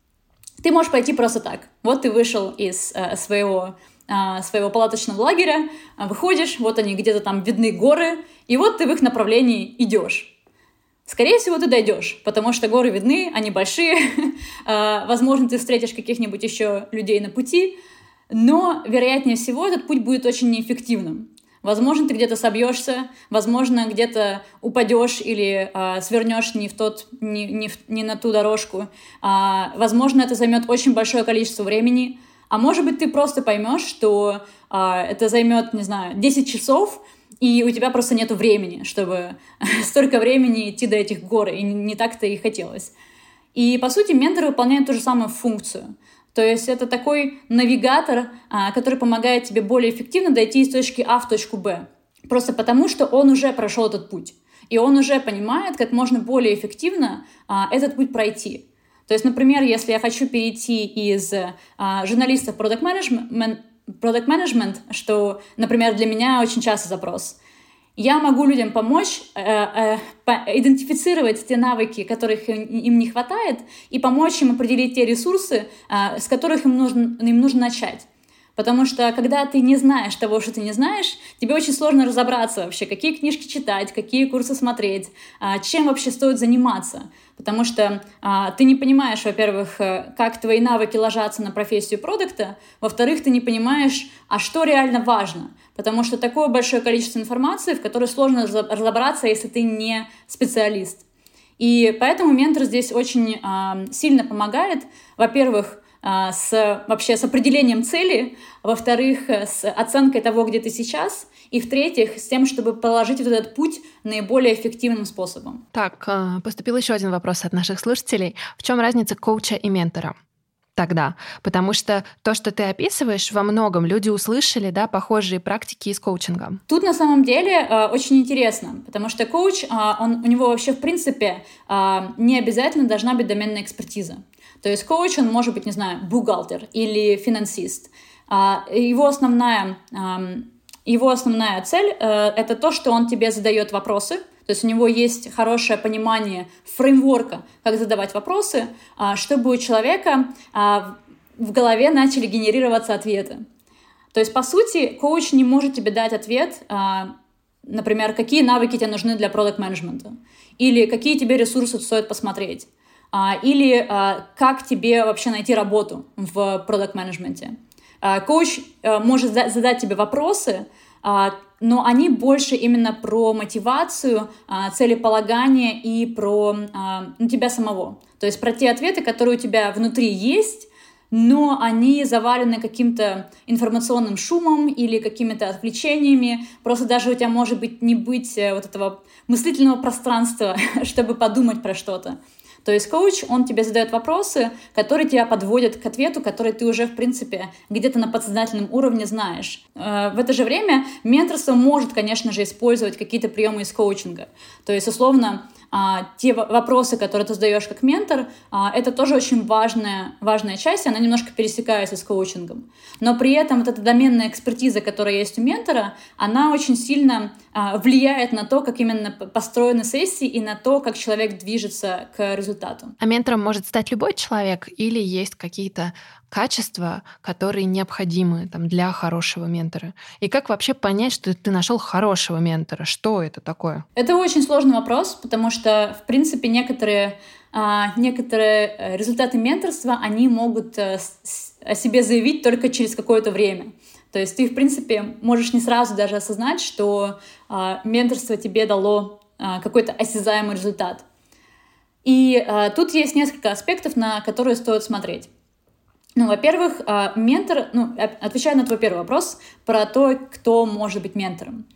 [SPEAKER 3] ты можешь пойти просто так. Вот ты вышел из а, своего... своего палаточного лагеря, выходишь, вот они где-то там видны горы, и вот ты в их направлении идешь. Скорее всего, ты дойдешь, потому что горы видны, они большие, возможно, ты встретишь каких-нибудь еще людей на пути, но, вероятнее всего, этот путь будет очень неэффективным. Возможно, ты где-то собьешься, возможно, где-то упадешь или а, свернешь не, в тот, не, не, в, не на ту дорожку. А, возможно, это займет очень большое количество времени. А может быть, ты просто поймешь, что а, это займет, не знаю, десять часов, и у тебя просто нет времени, чтобы столько времени идти до этих гор, и не так-то и хотелось. И, по сути, ментор выполняет ту же самую функцию. То есть это такой навигатор, а, который помогает тебе более эффективно дойти из точки А в точку Б. Просто потому, что он уже прошел этот путь. И он уже понимает, как можно более эффективно а, этот путь пройти. То есть, например, если я хочу перейти из а, журналиста в product management, product management, что, например, для меня очень частый запрос, я могу людям помочь э, э, по- идентифицировать те навыки, которых им, им не хватает, и помочь им определить те ресурсы, э, с которых им нужно, им нужно начать. Потому что, когда ты не знаешь того, что ты не знаешь, тебе очень сложно разобраться вообще, какие книжки читать, какие курсы смотреть, чем вообще стоит заниматься. Потому что а, ты не понимаешь, во-первых, как твои навыки ложатся на профессию продукта, во-вторых, ты не понимаешь, а что реально важно. Потому что такое большое количество информации, в которой сложно разобраться, если ты не специалист. И поэтому ментор здесь очень а, сильно помогает, во-первых, с, вообще с определением цели, во-вторых, с оценкой того, где ты сейчас, и в-третьих, с тем, чтобы проложить вот этот путь наиболее эффективным способом.
[SPEAKER 2] Так, поступил еще один вопрос от наших слушателей. В чем разница коуча и ментора? Тогда, потому что то, что ты описываешь, во многом люди услышали, да, похожие практики из коучинга.
[SPEAKER 3] Тут на самом деле э, очень интересно, потому что коуч, э, он, у него вообще в принципе э, не обязательно должна быть доменная экспертиза. То есть коуч, он может быть, не знаю, бухгалтер или финансист. Э, его основная, э, его основная цель э, — это то, что он тебе задает вопросы. То есть у него есть хорошее понимание фреймворка, как задавать вопросы, чтобы у человека в голове начали генерироваться ответы. То есть, по сути, коуч не может тебе дать ответ, например, какие навыки тебе нужны для продакт-менеджмента, или какие тебе ресурсы стоит посмотреть, или как тебе вообще найти работу в продакт-менеджменте. Коуч может задать тебе вопросы, но они больше именно про мотивацию, целеполагание и про ну, тебя самого. То есть про те ответы, которые у тебя внутри есть, но они завалены каким-то информационным шумом или какими-то отвлечениями. Просто даже у тебя может быть не быть вот этого мыслительного пространства, чтобы подумать про что-то. То есть коуч, он тебе задает вопросы, которые тебя подводят к ответу, который ты уже, в принципе, где-то на подсознательном уровне знаешь. В это же время менторство может, конечно же, использовать какие-то приемы из коучинга. То есть, условно, те вопросы, которые ты задаешь как ментор, это тоже очень важная, важная часть, она немножко пересекается с коучингом. Но при этом вот эта доменная экспертиза, которая есть у ментора, она очень сильно влияет на то, как именно построены сессии и на то, как человек движется к результату.
[SPEAKER 2] А ментором может стать любой человек или есть какие-то качества, которые необходимы там, для хорошего ментора? И как вообще понять, что ты нашел хорошего ментора? Что это такое?
[SPEAKER 3] Это очень сложный вопрос, потому что, в принципе, некоторые, а, некоторые результаты менторства, они могут а, с, о себе заявить только через какое-то время. То есть ты, в принципе, можешь не сразу даже осознать, что а, менторство тебе дало а, какой-то осязаемый результат. И а, тут есть несколько аспектов, на которые стоит смотреть. Ну, во-первых, ментор, ну, отвечая на твой первый вопрос про то, кто может быть ментором.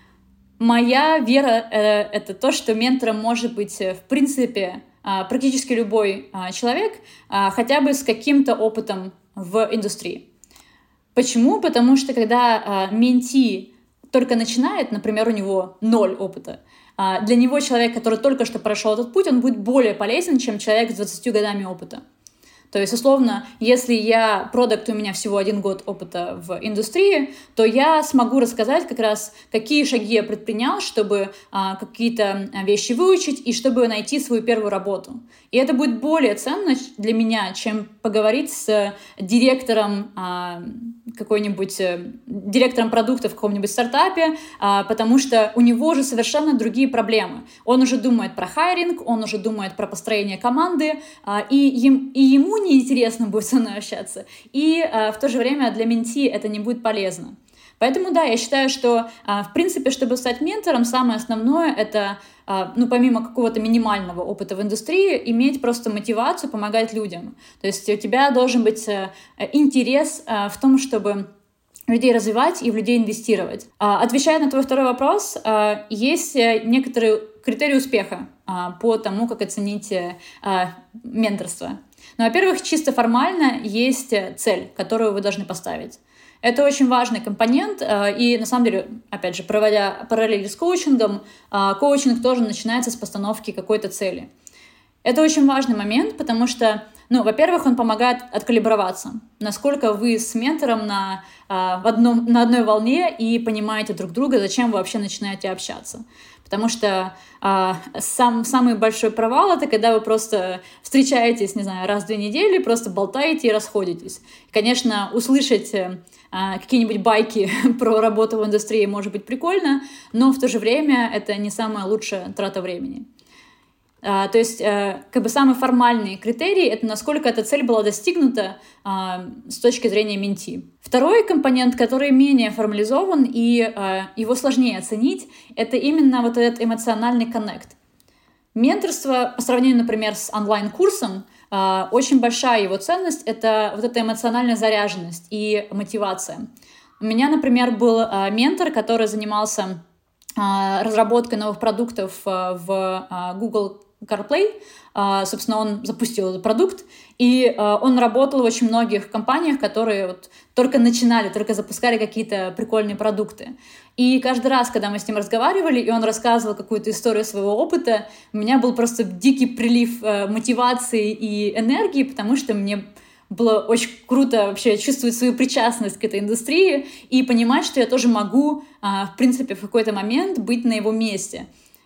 [SPEAKER 3] Моя вера э, — это то, что ментором может быть, в принципе, практически любой человек, хотя бы с каким-то опытом в индустрии. Почему? Потому что когда менти только начинает, например, у него ноль опыта, для него человек, который только что прошел этот путь, он будет более полезен, чем человек с двадцатью годами опыта. То есть, условно, если я продакт, у меня всего один год опыта в индустрии, то я смогу рассказать как раз, какие шаги я предпринял, чтобы а, какие-то вещи выучить и чтобы найти свою первую работу. И это будет более ценно для меня, чем поговорить с директором а, какой-нибудь, директором продукта в каком-нибудь стартапе, а, потому что у него уже совершенно другие проблемы. Он уже думает про хайринг, он уже думает про построение команды, а, и, им, и ему неинтересно будет со мной общаться, и а, в то же время для менти это не будет полезно. Поэтому да, я считаю, что а, в принципе, чтобы стать ментором, самое основное — это, а, ну, помимо какого-то минимального опыта в индустрии, иметь просто мотивацию помогать людям. То есть у тебя должен быть а, интерес а, в том, чтобы людей развивать и в людей инвестировать. А, отвечая на твой второй вопрос, а, есть некоторые критерии успеха а, по тому, как оценить а, менторство. Ну, во-первых, чисто формально есть цель, которую вы должны поставить. Это очень важный компонент, и на самом деле, опять же, проводя параллели с коучингом, коучинг тоже начинается с постановки какой-то цели. Это очень важный момент, потому что, ну, во-первых, он помогает откалиброваться, насколько вы с ментором на, в одном, на одной волне и понимаете друг друга, зачем вы вообще начинаете общаться. Потому что а, сам, самый большой провал — это когда вы просто встречаетесь, не знаю, раз в две недели, просто болтаете и расходитесь. Конечно, услышать а, какие-нибудь байки про работу в индустрии может быть прикольно, но в то же время это не самая лучшая трата времени. Uh, то есть, uh, как бы самый формальный критерий — это насколько эта цель была достигнута uh, с точки зрения менти. Второй компонент, который менее формализован и uh, его сложнее оценить, это именно вот этот эмоциональный коннект. Менторство, по сравнению, например, с онлайн-курсом, uh, очень большая его ценность — это вот эта эмоциональная заряженность и мотивация. У меня, например, был uh, ментор, который занимался uh, разработкой новых продуктов uh, в uh, Google CarPlay. Uh, собственно, он запустил этот продукт, и uh, он работал в очень многих компаниях, которые вот только начинали, только запускали какие-то прикольные продукты. И каждый раз, когда мы с ним разговаривали, и он рассказывал какую-то историю своего опыта, у меня был просто дикий прилив uh, мотивации и энергии, потому что мне было очень круто вообще чувствовать свою причастность к этой индустрии и понимать, что я тоже могу, uh, в принципе, в какой-то момент быть на его месте.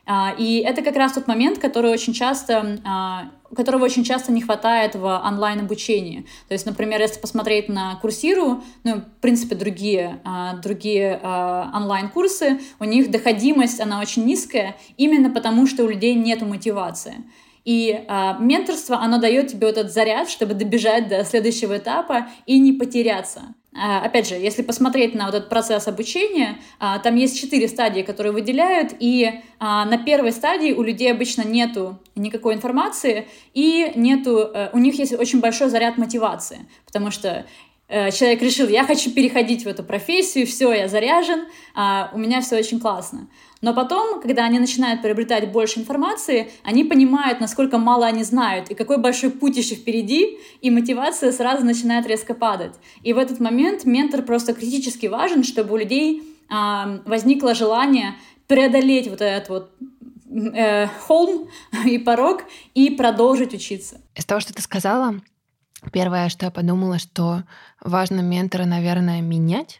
[SPEAKER 3] И это как раз тот момент, который очень часто, которого очень часто не хватает в онлайн-обучении. То есть, например, если посмотреть на Курсиру, ну, в принципе, другие, другие онлайн-курсы, у них доходимость, она очень низкая, именно потому, что у людей нет мотивации. И а, менторство, оно дает тебе вот этот заряд, чтобы добежать до следующего этапа и не потеряться. Опять же, если посмотреть на вот этот процесс обучения, там есть четыре стадии, которые выделяют, и на первой стадии у людей обычно нету никакой информации, и нету, у них есть очень большой заряд мотивации, потому что человек решил, я хочу переходить в эту профессию, все, я заряжен, у меня все очень классно. Но потом, когда они начинают приобретать больше информации, они понимают, насколько мало они знают, и какой большой путь еще впереди, и мотивация сразу начинает резко падать. И в этот момент ментор просто критически важен, чтобы у людей э, возникло желание преодолеть вот этот вот э, холм и порог и продолжить учиться.
[SPEAKER 2] Из того, что ты сказала, первое, что я подумала, что важно ментора, наверное, менять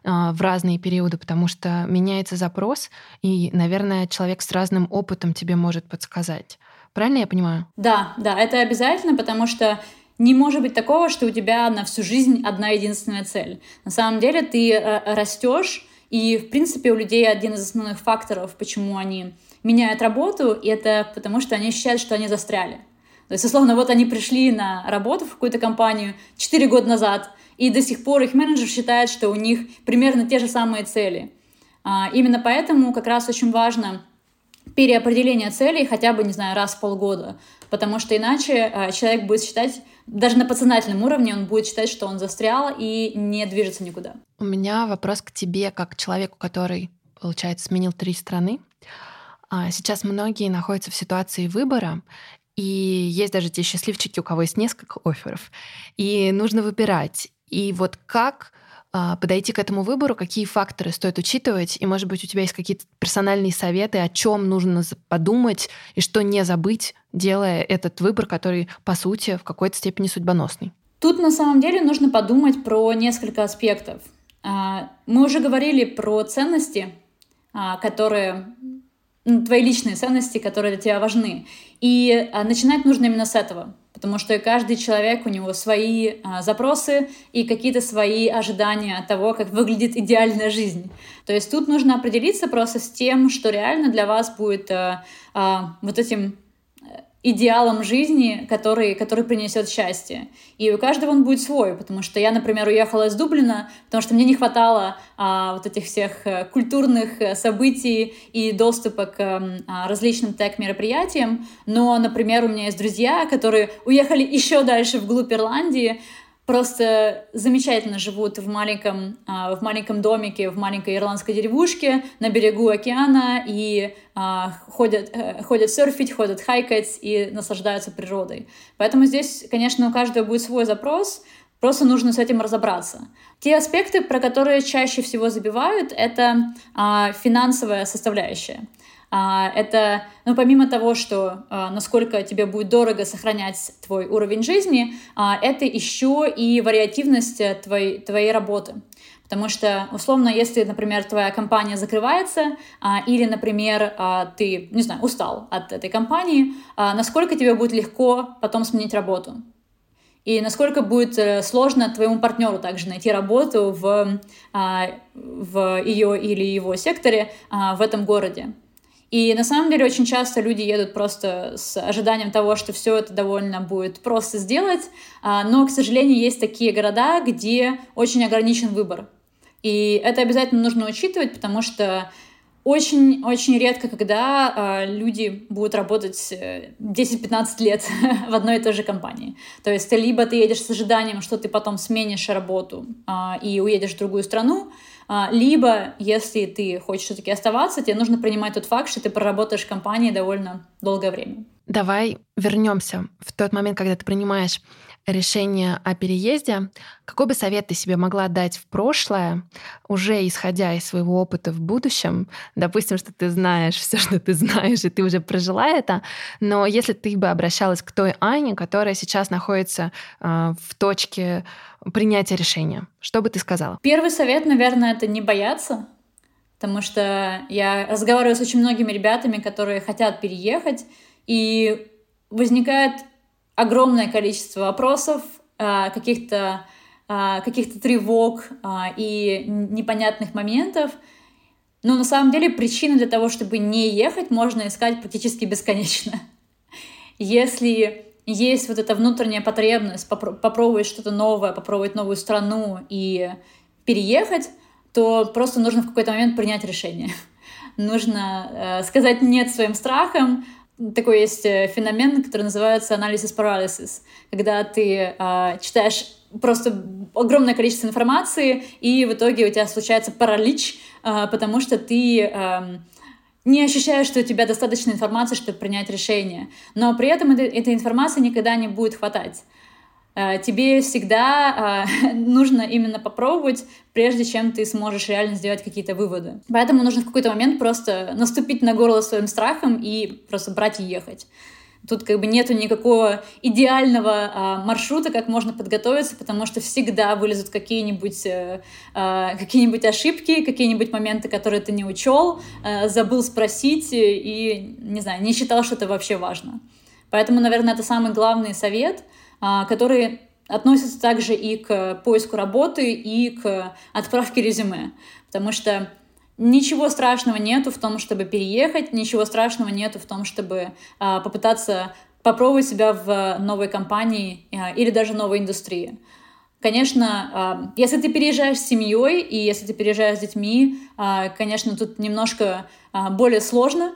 [SPEAKER 2] в разные периоды, потому что меняется запрос, и, наверное, человек с разным опытом тебе может подсказать. Правильно я понимаю?
[SPEAKER 3] Да, да, это обязательно, потому что не может быть такого, что у тебя на всю жизнь одна единственная цель. На самом деле ты растешь, и, в принципе, у людей один из основных факторов, почему они меняют работу, и это потому что они ощущают, что они застряли. То есть, условно, вот они пришли на работу в какую-то компанию четыре года назад, и до сих пор их менеджер считает, что у них примерно те же самые цели. А, именно поэтому как раз очень важно переопределение целей хотя бы, не знаю, раз в полгода, потому что иначе а, человек будет считать, даже на подсознательном уровне он будет считать, что он застрял и не движется никуда.
[SPEAKER 2] У меня вопрос к тебе, как к человеку, который, получается, сменил три страны. А, сейчас многие находятся в ситуации выбора, и есть даже те счастливчики, у кого есть несколько офферов, и нужно выбирать. И вот как а, подойти к этому выбору, какие факторы стоит учитывать, и, может быть, у тебя есть какие-то персональные советы, о чем нужно подумать и что не забыть, делая этот выбор, который, по сути, в какой-то степени судьбоносный.
[SPEAKER 3] Тут, на самом деле, нужно подумать про несколько аспектов. А, мы уже говорили про ценности, а, которые... твои личные ценности, которые для тебя важны. И а, начинать нужно именно с этого, потому что каждый человек, у него свои а, запросы и какие-то свои ожидания от того, как выглядит идеальная жизнь. То есть тут нужно определиться просто с тем, что реально для вас будет а, а, вот этим идеалом жизни, который, который принесет счастье. И у каждого он будет свой, потому что я, например, уехала из Дублина, потому что мне не хватало а, вот этих всех культурных событий и доступа к а, различным тег-мероприятиям. Но, например, у меня есть друзья, которые уехали еще дальше вглубь Ирландии, просто замечательно живут в маленьком, в маленьком домике, в маленькой ирландской деревушке на берегу океана и а, ходят, ходят серфить, ходят хайкать и наслаждаются природой. Поэтому здесь, конечно, у каждого будет свой запрос, просто нужно с этим разобраться. Те аспекты, про которые чаще всего забивают, это а, финансовая составляющая. Это, ну, помимо того, что насколько тебе будет дорого сохранять твой уровень жизни, это еще и вариативность твоей, твоей работы. Потому что, условно, если, например, твоя компания закрывается, или, например, ты, не знаю, устал от этой компании, насколько тебе будет легко потом сменить работу? И насколько будет сложно твоему партнеру также найти работу в, в ее или его секторе в этом городе? И на самом деле очень часто люди едут просто с ожиданием того, что все это довольно будет просто сделать, но, к сожалению, есть такие города, где очень ограничен выбор. И это обязательно нужно учитывать, потому что очень-очень редко, когда люди будут работать десять-пятнадцать лет в одной и той же компании. То есть либо ты едешь с ожиданием, что ты потом сменишь работу и уедешь в другую страну, либо, если ты хочешь все-таки оставаться, тебе нужно принимать тот факт, что ты проработаешь в компании довольно долгое время.
[SPEAKER 2] Давай вернемся в тот момент, когда ты принимаешь решение о переезде. Какой бы совет ты себе могла дать в прошлое, уже исходя из своего опыта в будущем? Допустим, что ты знаешь все, что ты знаешь, и ты уже прожила это, но если ты бы обращалась к той Ане, которая сейчас находится э, в точке принятия решения, что бы ты сказала?
[SPEAKER 3] Первый совет, наверное, это не бояться, потому что я разговариваю с очень многими ребятами, которые хотят переехать, и возникает огромное количество вопросов, каких-то, каких-то тревог и непонятных моментов. Но на самом деле причины для того, чтобы не ехать, можно искать практически бесконечно. Если есть вот эта внутренняя потребность попро- попробовать что-то новое, попробовать новую страну и переехать, то просто нужно в какой-то момент принять решение. Нужно э, сказать «нет» своим страхам. Такой есть феномен, который называется analysis paralysis, когда ты э, читаешь просто огромное количество информации, и в итоге у тебя случается паралич, э, потому что ты э, не ощущаешь, что у тебя достаточно информации, чтобы принять решение. Но при этом это, этой информации никогда не будет хватать. Тебе всегда э, нужно именно попробовать, прежде чем ты сможешь реально сделать какие-то выводы. Поэтому нужно в какой-то момент просто наступить на горло своим страхом и просто брать и ехать. Тут как бы нету никакого идеального э, маршрута, как можно подготовиться, потому что всегда вылезут какие-нибудь, э, э, какие-нибудь ошибки, какие-нибудь моменты, которые ты не учел, э, забыл спросить и, не знаю, не считал, что это вообще важно. Поэтому, наверное, это самый главный совет, который относится также и к поиску работы, и к отправке резюме. Потому что ничего страшного нету в том, чтобы переехать, ничего страшного нету в том, чтобы попытаться попробовать себя в новой компании или даже новой индустрии. Конечно, если ты переезжаешь с семьей и если ты переезжаешь с детьми, конечно, тут немножко более сложно,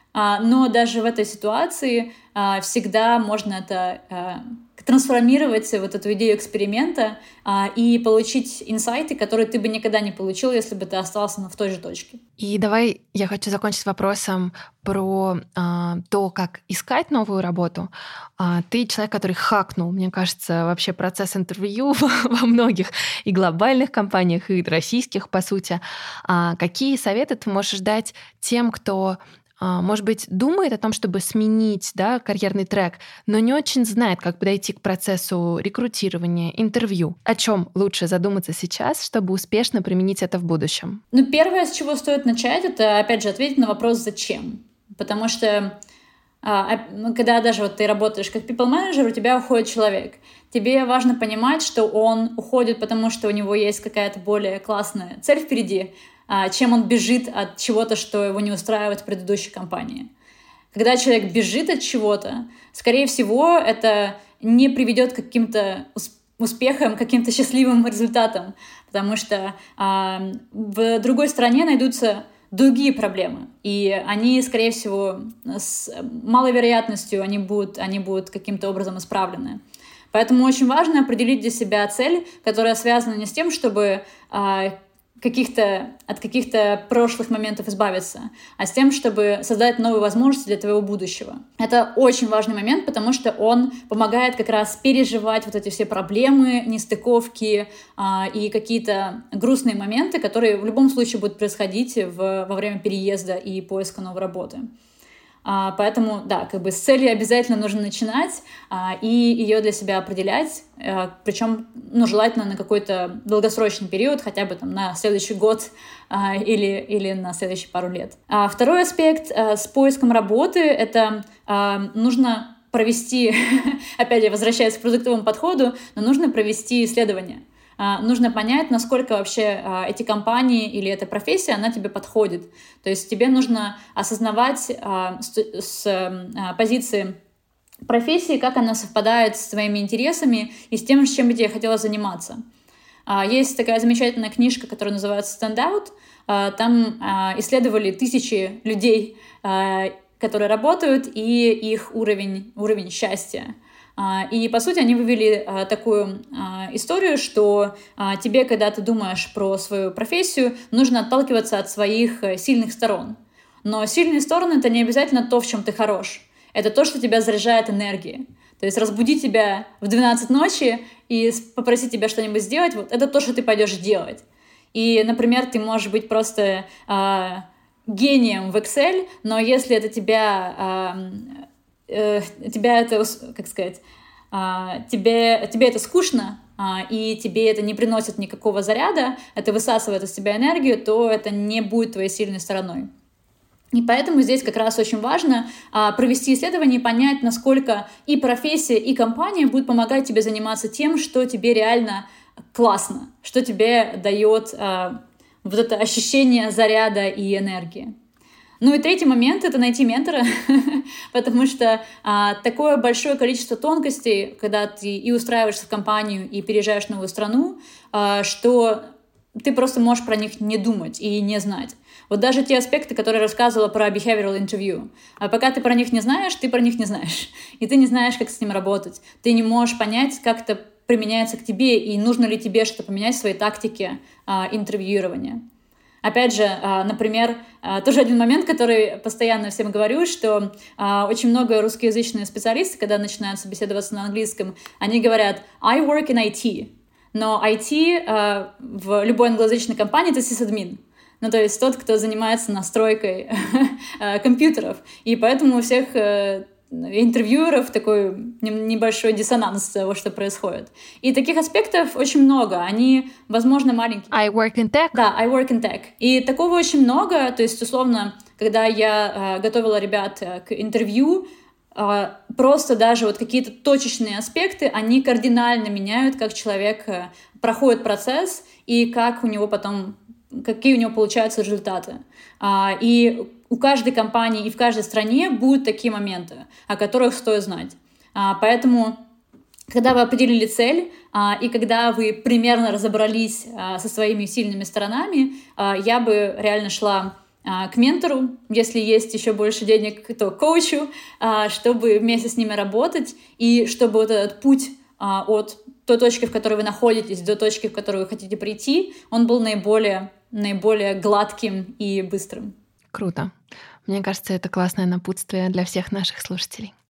[SPEAKER 3] но даже в этой ситуации всегда можно это трансформировать вот эту идею эксперимента а, и получить инсайты, которые ты бы никогда не получил, если бы ты остался в той же точке.
[SPEAKER 2] И давай я хочу закончить вопросом про а, то, как искать новую работу. А, ты человек, который хакнул, мне кажется, вообще процесс интервью во многих и глобальных компаниях, и российских, по сути. А, какие советы ты можешь дать тем, кто, может быть, думает о том, чтобы сменить, да, карьерный трек, но не очень знает, как подойти к процессу рекрутирования, интервью? О чем лучше задуматься сейчас, чтобы успешно применить это в будущем?
[SPEAKER 3] Ну, первое, с чего стоит начать, это, опять же, ответить на вопрос «зачем?». Потому что когда даже вот ты работаешь как people manager, у тебя уходит человек. Тебе важно понимать, что он уходит, потому что у него есть какая-то более классная цель впереди, чем он бежит от чего-то, что его не устраивает в предыдущей компании. Когда человек бежит от чего-то, скорее всего, это не приведет к каким-то успехам, каким-то счастливым результатам, потому что а, в другой стране найдутся другие проблемы, и они, скорее всего, с малой вероятностью они будут, они будут каким-то образом исправлены. Поэтому очень важно определить для себя цель, которая связана не с тем, чтобы а, каких-то, от каких-то прошлых моментов избавиться, а с тем, чтобы создать новые возможности для твоего будущего. Это очень важный момент, потому что он помогает как раз переживать вот эти все проблемы, нестыковки а, и какие-то грустные моменты, которые в любом случае будут происходить в, во время переезда и поиска новой работы. А, поэтому, да, как бы с целью обязательно нужно начинать а, и ее для себя определять, а, причем, ну, желательно на какой-то долгосрочный период, хотя бы там на следующий год а, или, или на следующие пару лет. А, второй аспект а, с поиском работы — это а, нужно провести, опять же, возвращаясь к продуктовому подходу, но нужно провести исследование. Uh, нужно понять, насколько вообще uh, эти компании или эта профессия, она тебе подходит. То есть тебе нужно осознавать uh, с, с uh, позиции профессии, как она совпадает с твоими интересами и с тем, с чем бы тебе хотелось заниматься. Uh, есть такая замечательная книжка, которая называется «Stand Out». Uh, там uh, исследовали тысячи людей, uh, которые работают, и их уровень, уровень счастья. И, по сути, они вывели а, такую а, историю, что а, тебе, когда ты думаешь про свою профессию, нужно отталкиваться от своих сильных сторон. Но сильные стороны — это не обязательно то, в чем ты хорош. Это то, что тебя заряжает энергией. То есть разбудить тебя в двенадцать ночи и попросить тебя что-нибудь сделать — вот это то, что ты пойдешь делать. И, например, ты можешь быть просто а, гением в Excel, но если это тебя... А, тебя это, как сказать, тебе, тебе это скучно, и тебе это не приносит никакого заряда, это высасывает из тебя энергию, то это не будет твоей сильной стороной. И поэтому здесь как раз очень важно провести исследование и понять, насколько и профессия, и компания будут помогать тебе заниматься тем, что тебе реально классно, что тебе дает вот это ощущение заряда и энергии. Ну и третий момент — это найти ментора, потому что а, такое большое количество тонкостей, когда ты и устраиваешься в компанию, и переезжаешь в новую страну, а, что ты просто можешь про них не думать и не знать. Вот даже те аспекты, которые я рассказывала про behavioral interview, а пока ты про них не знаешь, ты про них не знаешь. И ты не знаешь, как с ним работать. Ты не можешь понять, как это применяется к тебе, и нужно ли тебе что-то поменять в своей тактике а, интервьюирования. Опять же, например, тоже один момент, который постоянно всем говорю, что очень много русскоязычных специалистов, когда начинают собеседоваться на английском, они говорят «I work in ай ти», но ай ти в любой англоязычной компании — это сисадмин. Ну, то есть тот, кто занимается настройкой компьютеров. И поэтому у всех интервьюеров такой небольшой диссонанс того, что происходит. И таких аспектов очень много. Они, возможно, маленькие.
[SPEAKER 2] I work in tech?
[SPEAKER 3] Да, I work in tech. И такого очень много. То есть, условно, когда я э, готовила ребят э, к интервью, э, просто даже вот какие-то точечные аспекты, они кардинально меняют, как человек э, проходит процесс и как у него потом, какие у него получаются результаты. А, и у каждой компании и в каждой стране будут такие моменты, о которых стоит знать. А, поэтому, когда вы определили цель, а, и когда вы примерно разобрались а, со своими сильными сторонами, а, я бы реально шла а, к ментору, если есть еще больше денег, то к коучу, а, чтобы вместе с ними работать, и чтобы вот этот путь а, от той точки, в которой вы находитесь, до точки, в которую вы хотите прийти, он был наиболее, наиболее гладким и быстрым.
[SPEAKER 2] Круто. Мне кажется, это классное напутствие для всех наших слушателей.